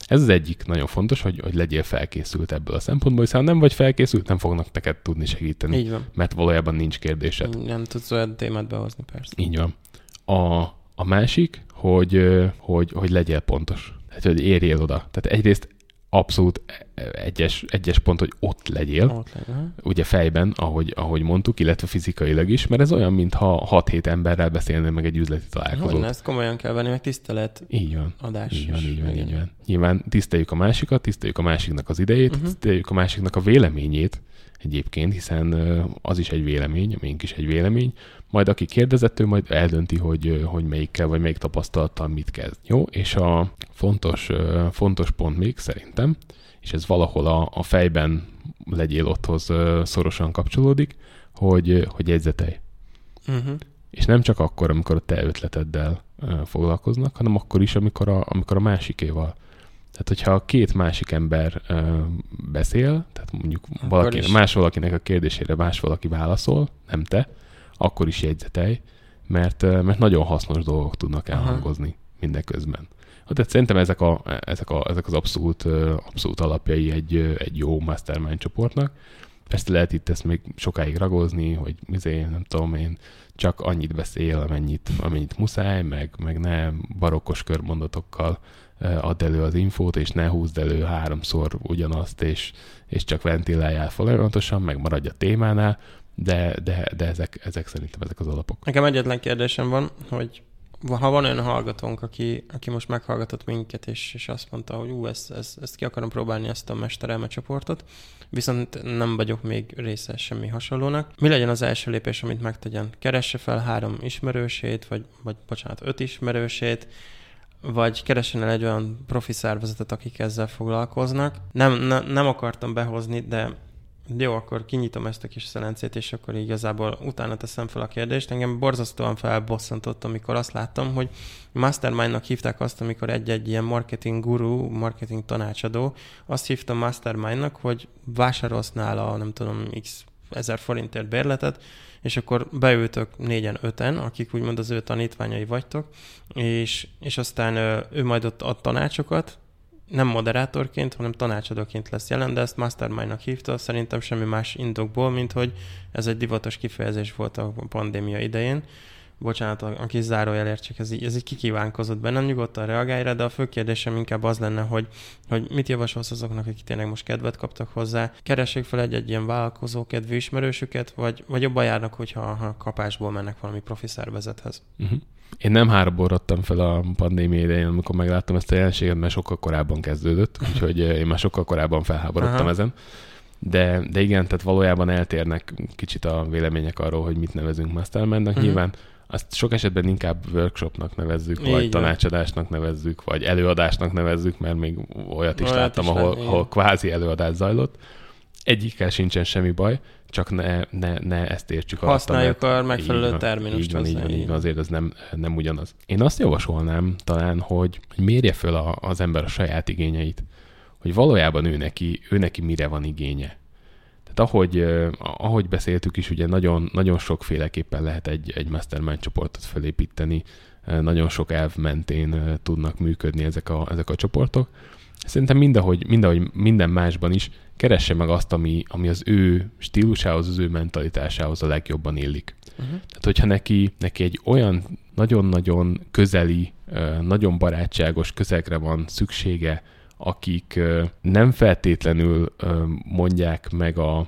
Ez az egyik nagyon fontos, hogy, hogy legyél felkészült ebből a szempontból, hiszen ha nem vagy felkészült, nem fognak neked tudni segíteni. Így van. Mert valójában nincs kérdésed. Nem tudsz olyan témát behozni, persze. Így van. A, a másik, hogy, hogy, hogy legyél pontos. Tehát, hogy érjél oda. Tehát egyrészt abszolút egyes, egyes pont, hogy ott legyél, Ott legyen. ugye fejben, ahogy, ahogy mondtuk, illetve fizikailag is, mert ez olyan, mintha hat-hét emberrel beszélnél meg egy üzleti találkozót. Hogyne, ezt komolyan kell venni, meg tisztelet Így van. adás. Így van, is. így van, Igen. így van. Nyilván tiszteljük a másikat, tiszteljük a másiknak az idejét, uh-huh. tiszteljük a másiknak a véleményét egyébként, hiszen az is egy vélemény, mink is egy vélemény, majd aki kérdezett, ő majd eldönti, hogy, hogy melyikkel vagy melyik tapasztalattal mit kezd. Jó? És a fontos, fontos pont még szerintem, és ez valahol a, a fejben legyél otthoz szorosan kapcsolódik, hogy, hogy jegyzetelj. Uh-huh. És nem csak akkor, amikor a te ötleteddel foglalkoznak, hanem akkor is, amikor a, amikor a másikéval. Tehát, hogyha két másik ember ö, beszél, tehát mondjuk valaki, más valakinek a kérdésére más valaki válaszol, nem te, akkor is jegyzetelj, mert, mert nagyon hasznos dolgok tudnak elhangozni Aha. mindeközben. Tehát szerintem ezek, a, ezek, a, ezek az abszolút, abszolút alapjai egy, egy jó mastermind csoportnak. Persze lehet itt ezt még sokáig ragozni, hogy izé, nem tudom én, csak annyit beszél, amennyit, amennyit muszáj, meg, meg ne barokkos körmondatokkal add elő az infót, és ne húzd elő háromszor ugyanazt, és, és csak ventiláljál folyamatosan, meg maradj a témánál, de, de, de ezek, ezek szerintem ezek az alapok. Nekem egyetlen kérdésem van, hogy ha van olyan hallgatónk, aki, aki most meghallgatott minket, és, és azt mondta, hogy ú, ezt, ezt, ezt ki akarom próbálni, ezt a mesterelme csoportot, viszont nem vagyok még része semmi hasonlónak. Mi legyen az első lépés, amit megtegyen? Keresse fel három ismerősét, vagy, vagy bocsánat, öt ismerősét, vagy keressen el egy olyan profi szervezetet, akik ezzel foglalkoznak. Nem, ne, nem akartam behozni, de jó, akkor kinyitom ezt a kis szelencét, és akkor igazából utána teszem fel a kérdést. Engem borzasztóan felbosszantott, amikor azt láttam, hogy mastermindnak hívták azt, amikor egy-egy ilyen marketing guru, marketing tanácsadó, azt hívtam mastermindnak, hogy vásárolsz nála, nem tudom, x ezer forintért bérletet, és akkor beültök négyen, öten, akik úgymond az ő tanítványai vagytok, és, és aztán ő majd ott ad tanácsokat, nem moderátorként, hanem tanácsadóként lesz jelen, de ezt mastermindnak hívta, szerintem semmi más indokból, mint hogy ez egy divatos kifejezés volt a pandémia idején. Bocsánat, a kis zárójelért, csak ez így, ez így kikívánkozott bennem, nyugodtan reagálj rá, de a fő kérdésem inkább az lenne, hogy, hogy mit javasolsz azoknak, akik tényleg most kedvet kaptak hozzá. Keressék fel egy-egy ilyen vállalkozó kedvű ismerősüket, vagy, vagy jobban járnak, hogyha ha kapásból mennek valami profi szervezethez. Uh-huh. Én nem háborottam fel a pandémia idején, amikor megláttam ezt a jelenséget, mert sokkal korábban kezdődött, úgyhogy én már sokkal korábban felháborodtam Aha. ezen. De, de igen, tehát valójában eltérnek kicsit a vélemények arról, hogy mit nevezünk mastermindnak. Uh-huh. Nyilván azt sok esetben inkább workshopnak nevezzük, Így vagy van. tanácsadásnak nevezzük, vagy előadásnak nevezzük, mert még olyat is olyat láttam, is ahol, lenne, ahol kvázi előadás zajlott. Egyikkel sincsen semmi baj, csak ne, ne, ne ezt értsük alatt. Használjuk a megfelelő terminust. Így van, így van, így van, azért ez nem, nem ugyanaz. Én azt javasolnám talán, hogy mérje föl a, az ember a saját igényeit, hogy valójában ő neki, ő neki mire van igénye. Tehát ahogy, ahogy beszéltük is, ugye nagyon, nagyon sokféleképpen lehet egy, egy mastermind csoportot felépíteni, nagyon sok elv mentén tudnak működni ezek a, ezek a csoportok. Szerintem mindahogy, mindahogy minden másban is keresse meg azt, ami, ami az ő stílusához, az ő mentalitásához a legjobban illik. Uh-huh. Tehát, hogyha neki, neki egy olyan nagyon-nagyon közeli, nagyon barátságos közegre van szüksége, akik nem feltétlenül mondják meg a,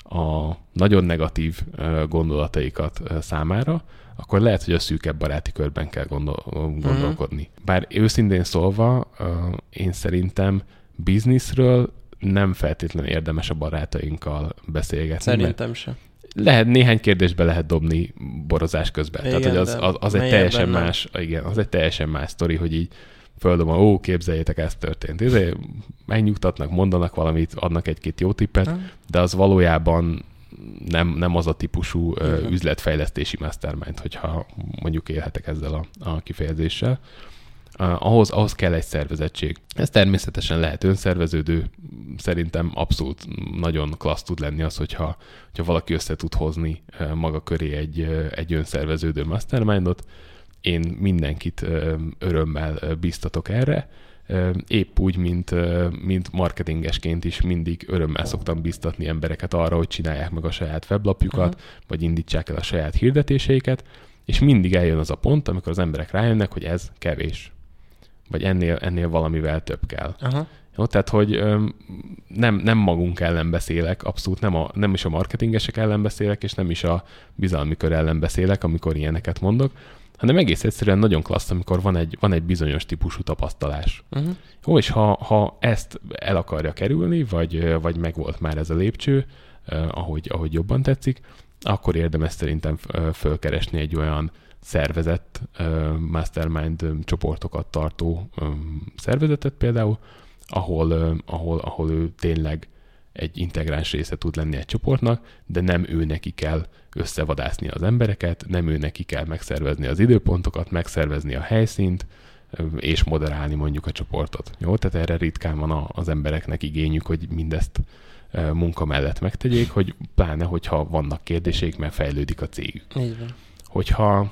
a nagyon negatív gondolataikat számára, akkor lehet, hogy a szűkebb baráti körben kell gondol, gondolkodni. Uh-huh. Bár őszintén szólva, én szerintem bizniszről nem feltétlenül érdemes a barátainkkal beszélgetni. Szerintem sem. Lehet, néhány kérdésbe lehet dobni borozás közben. Igen, Tehát, hogy az, az, az egy teljesen más, igen, az egy teljesen más sztori, hogy így földom, ó, képzeljétek, ez történt. Ezért megnyugtatnak, mondanak valamit, adnak egy-két jó tippet, ha. de az valójában nem, nem az a típusú uh, üzletfejlesztési mastermind, hogyha mondjuk élhetek ezzel a, a kifejezéssel. Uh, ahhoz, ahhoz kell egy szervezettség. Ez természetesen lehet önszerveződő, szerintem abszolút nagyon klassz tud lenni az, hogyha, hogyha valaki össze tud hozni uh, maga köré egy, uh, egy önszerveződő mastermindot. Én mindenkit uh, örömmel uh, bíztatok erre. épp úgy, mint, mint marketingesként is mindig örömmel szoktam biztatni embereket arra, hogy csinálják meg a saját weblapjukat, uh-huh. vagy indítsák el a saját hirdetéseiket, és mindig eljön az a pont, amikor az emberek rájönnek, hogy ez kevés. Vagy ennél, ennél valamivel több kell. Uh-huh. Jó, tehát, hogy öm, nem, nem magunk ellen beszélek, abszolút nem, a, nem is a marketingesek ellen beszélek, és nem is a bizalmi kör ellen beszélek, amikor ilyeneket mondok, hanem egész egyszerűen nagyon klassz, amikor van egy, van egy bizonyos típusú tapasztalás. Uh-huh. Jó, és ha, ha ezt el akarja kerülni, vagy, vagy megvolt már ez a lépcső, eh, ahogy, ahogy jobban tetszik, akkor érdemes szerintem fölkeresni egy olyan szervezett eh, mastermind csoportokat tartó eh, szervezetet például, ahol, eh, ahol, ahol ő tényleg egy integráns része tud lenni egy csoportnak, de nem ő neki kell összevadászni az embereket, nem ő neki kell megszervezni az időpontokat, megszervezni a helyszínt, és moderálni mondjuk a csoportot. Jó? Tehát erre ritkán van az embereknek igényük, hogy mindezt munka mellett megtegyék, hogy pláne, hogyha vannak kérdéseik, mert fejlődik a cégük. Így van. Hogyha,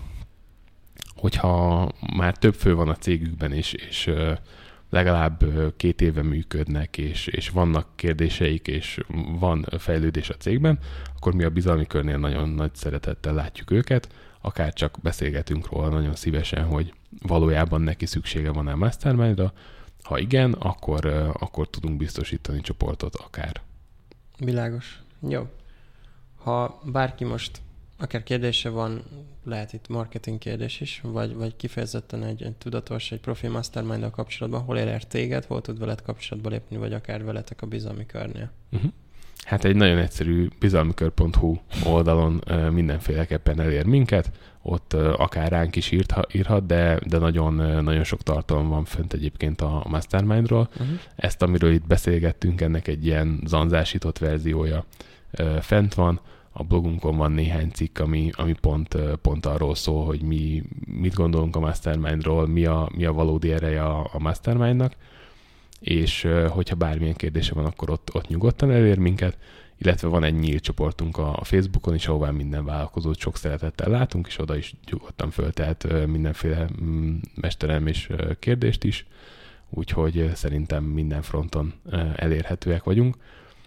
hogyha már több fő van a cégükben is, és legalább két éve működnek, és, és vannak kérdéseik, és van fejlődés a cégben, akkor mi a bizalmi körnél nagyon nagy szeretettel látjuk őket, akár csak beszélgetünk róla nagyon szívesen, hogy valójában neki szüksége van a mastermindra. Ha igen, akkor, akkor tudunk biztosítani csoportot akár. Világos. Jó. Ha bárki most akár kérdése van, lehet itt marketing kérdés is, vagy, vagy kifejezetten egy, egy tudatos, egy profi masterminddal kapcsolatban, hol elér téged, hol tud veled kapcsolatba lépni, vagy akár veletek a bizalmi körnél? Uh-huh. Hát egy nagyon egyszerű bizalmikör pont hu oldalon uh, mindenféleképpen elér minket, ott uh, akár ránk is írhat, írhat de, de nagyon, uh, nagyon sok tartalom van fönt egyébként a mastermindról. Uh-huh. Ezt, amiről itt beszélgettünk, ennek egy ilyen zanzásított verziója uh, fent van. A blogunkon van néhány cikk, ami, ami pont, pont arról szól, hogy mi mit gondolunk a mastermindról, mi a, mi a valódi ereje a, a mastermindnak, és hogyha bármilyen kérdése van, akkor ott, ott nyugodtan elér minket, illetve van egy nyílt csoportunk a, a Facebookon is, ahová minden vállalkozót sok szeretettel látunk, és oda is nyugodtan föltehet mindenféle mesterem és kérdést is, úgyhogy szerintem minden fronton elérhetőek vagyunk.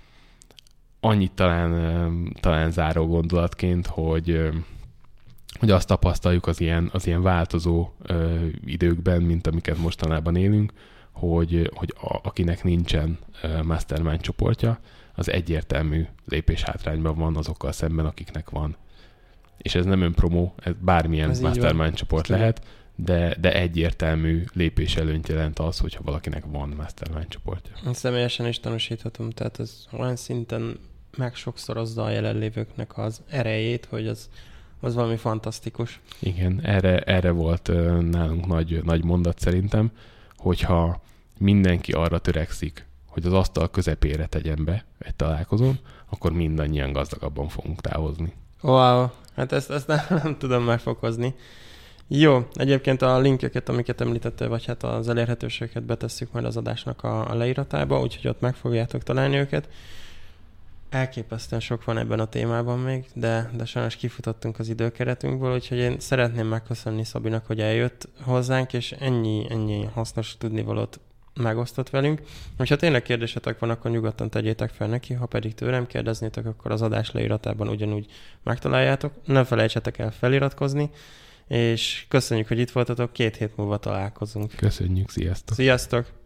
Annyit talán, talán záró gondolatként, hogy, hogy azt tapasztaljuk az ilyen, az ilyen változó ö, időkben, mint amiket mostanában élünk, hogy, hogy a, akinek nincsen ö, mastermind csoportja, az egyértelmű lépéshátrányban van azokkal szemben, akiknek van. És ez nem önpromó, ez bármilyen ez mastermind csoport lehet, de, de egyértelmű lépéselőnyt jelent az, hogyha valakinek van mastermind csoportja. Személyesen is tanúsíthatom, tehát ez olyan szinten meg sokszorozza a jelenlévőknek az erejét, hogy az, az valami fantasztikus. Igen, erre, erre volt nálunk nagy, nagy mondat szerintem, hogyha mindenki arra törekszik, hogy az asztal közepére tegyen be egy találkozón, akkor mindannyian gazdagabban fogunk távozni. Wow, hát ezt, ezt nem, nem tudom megfokozni. Jó, egyébként a linkeket, amiket említettél, vagy hát az elérhetőségeket betesszük majd az adásnak a, a leíratába, úgyhogy ott meg fogjátok találni őket. Elképesztően sok van ebben a témában még, de, de sajnos kifutottunk az időkeretünkből, úgyhogy én szeretném megköszönni Szabinak, hogy eljött hozzánk, és ennyi, ennyi hasznos tudnivalót megosztott velünk. Hogyha tényleg kérdésetek van, akkor nyugodtan tegyétek fel neki, ha pedig tőlem kérdeznétek, akkor az adás leíratában ugyanúgy megtaláljátok. Nem felejtsetek el feliratkozni, és köszönjük, hogy itt voltatok, két hét múlva találkozunk. Köszönjük, sziasztok! Sziasztok!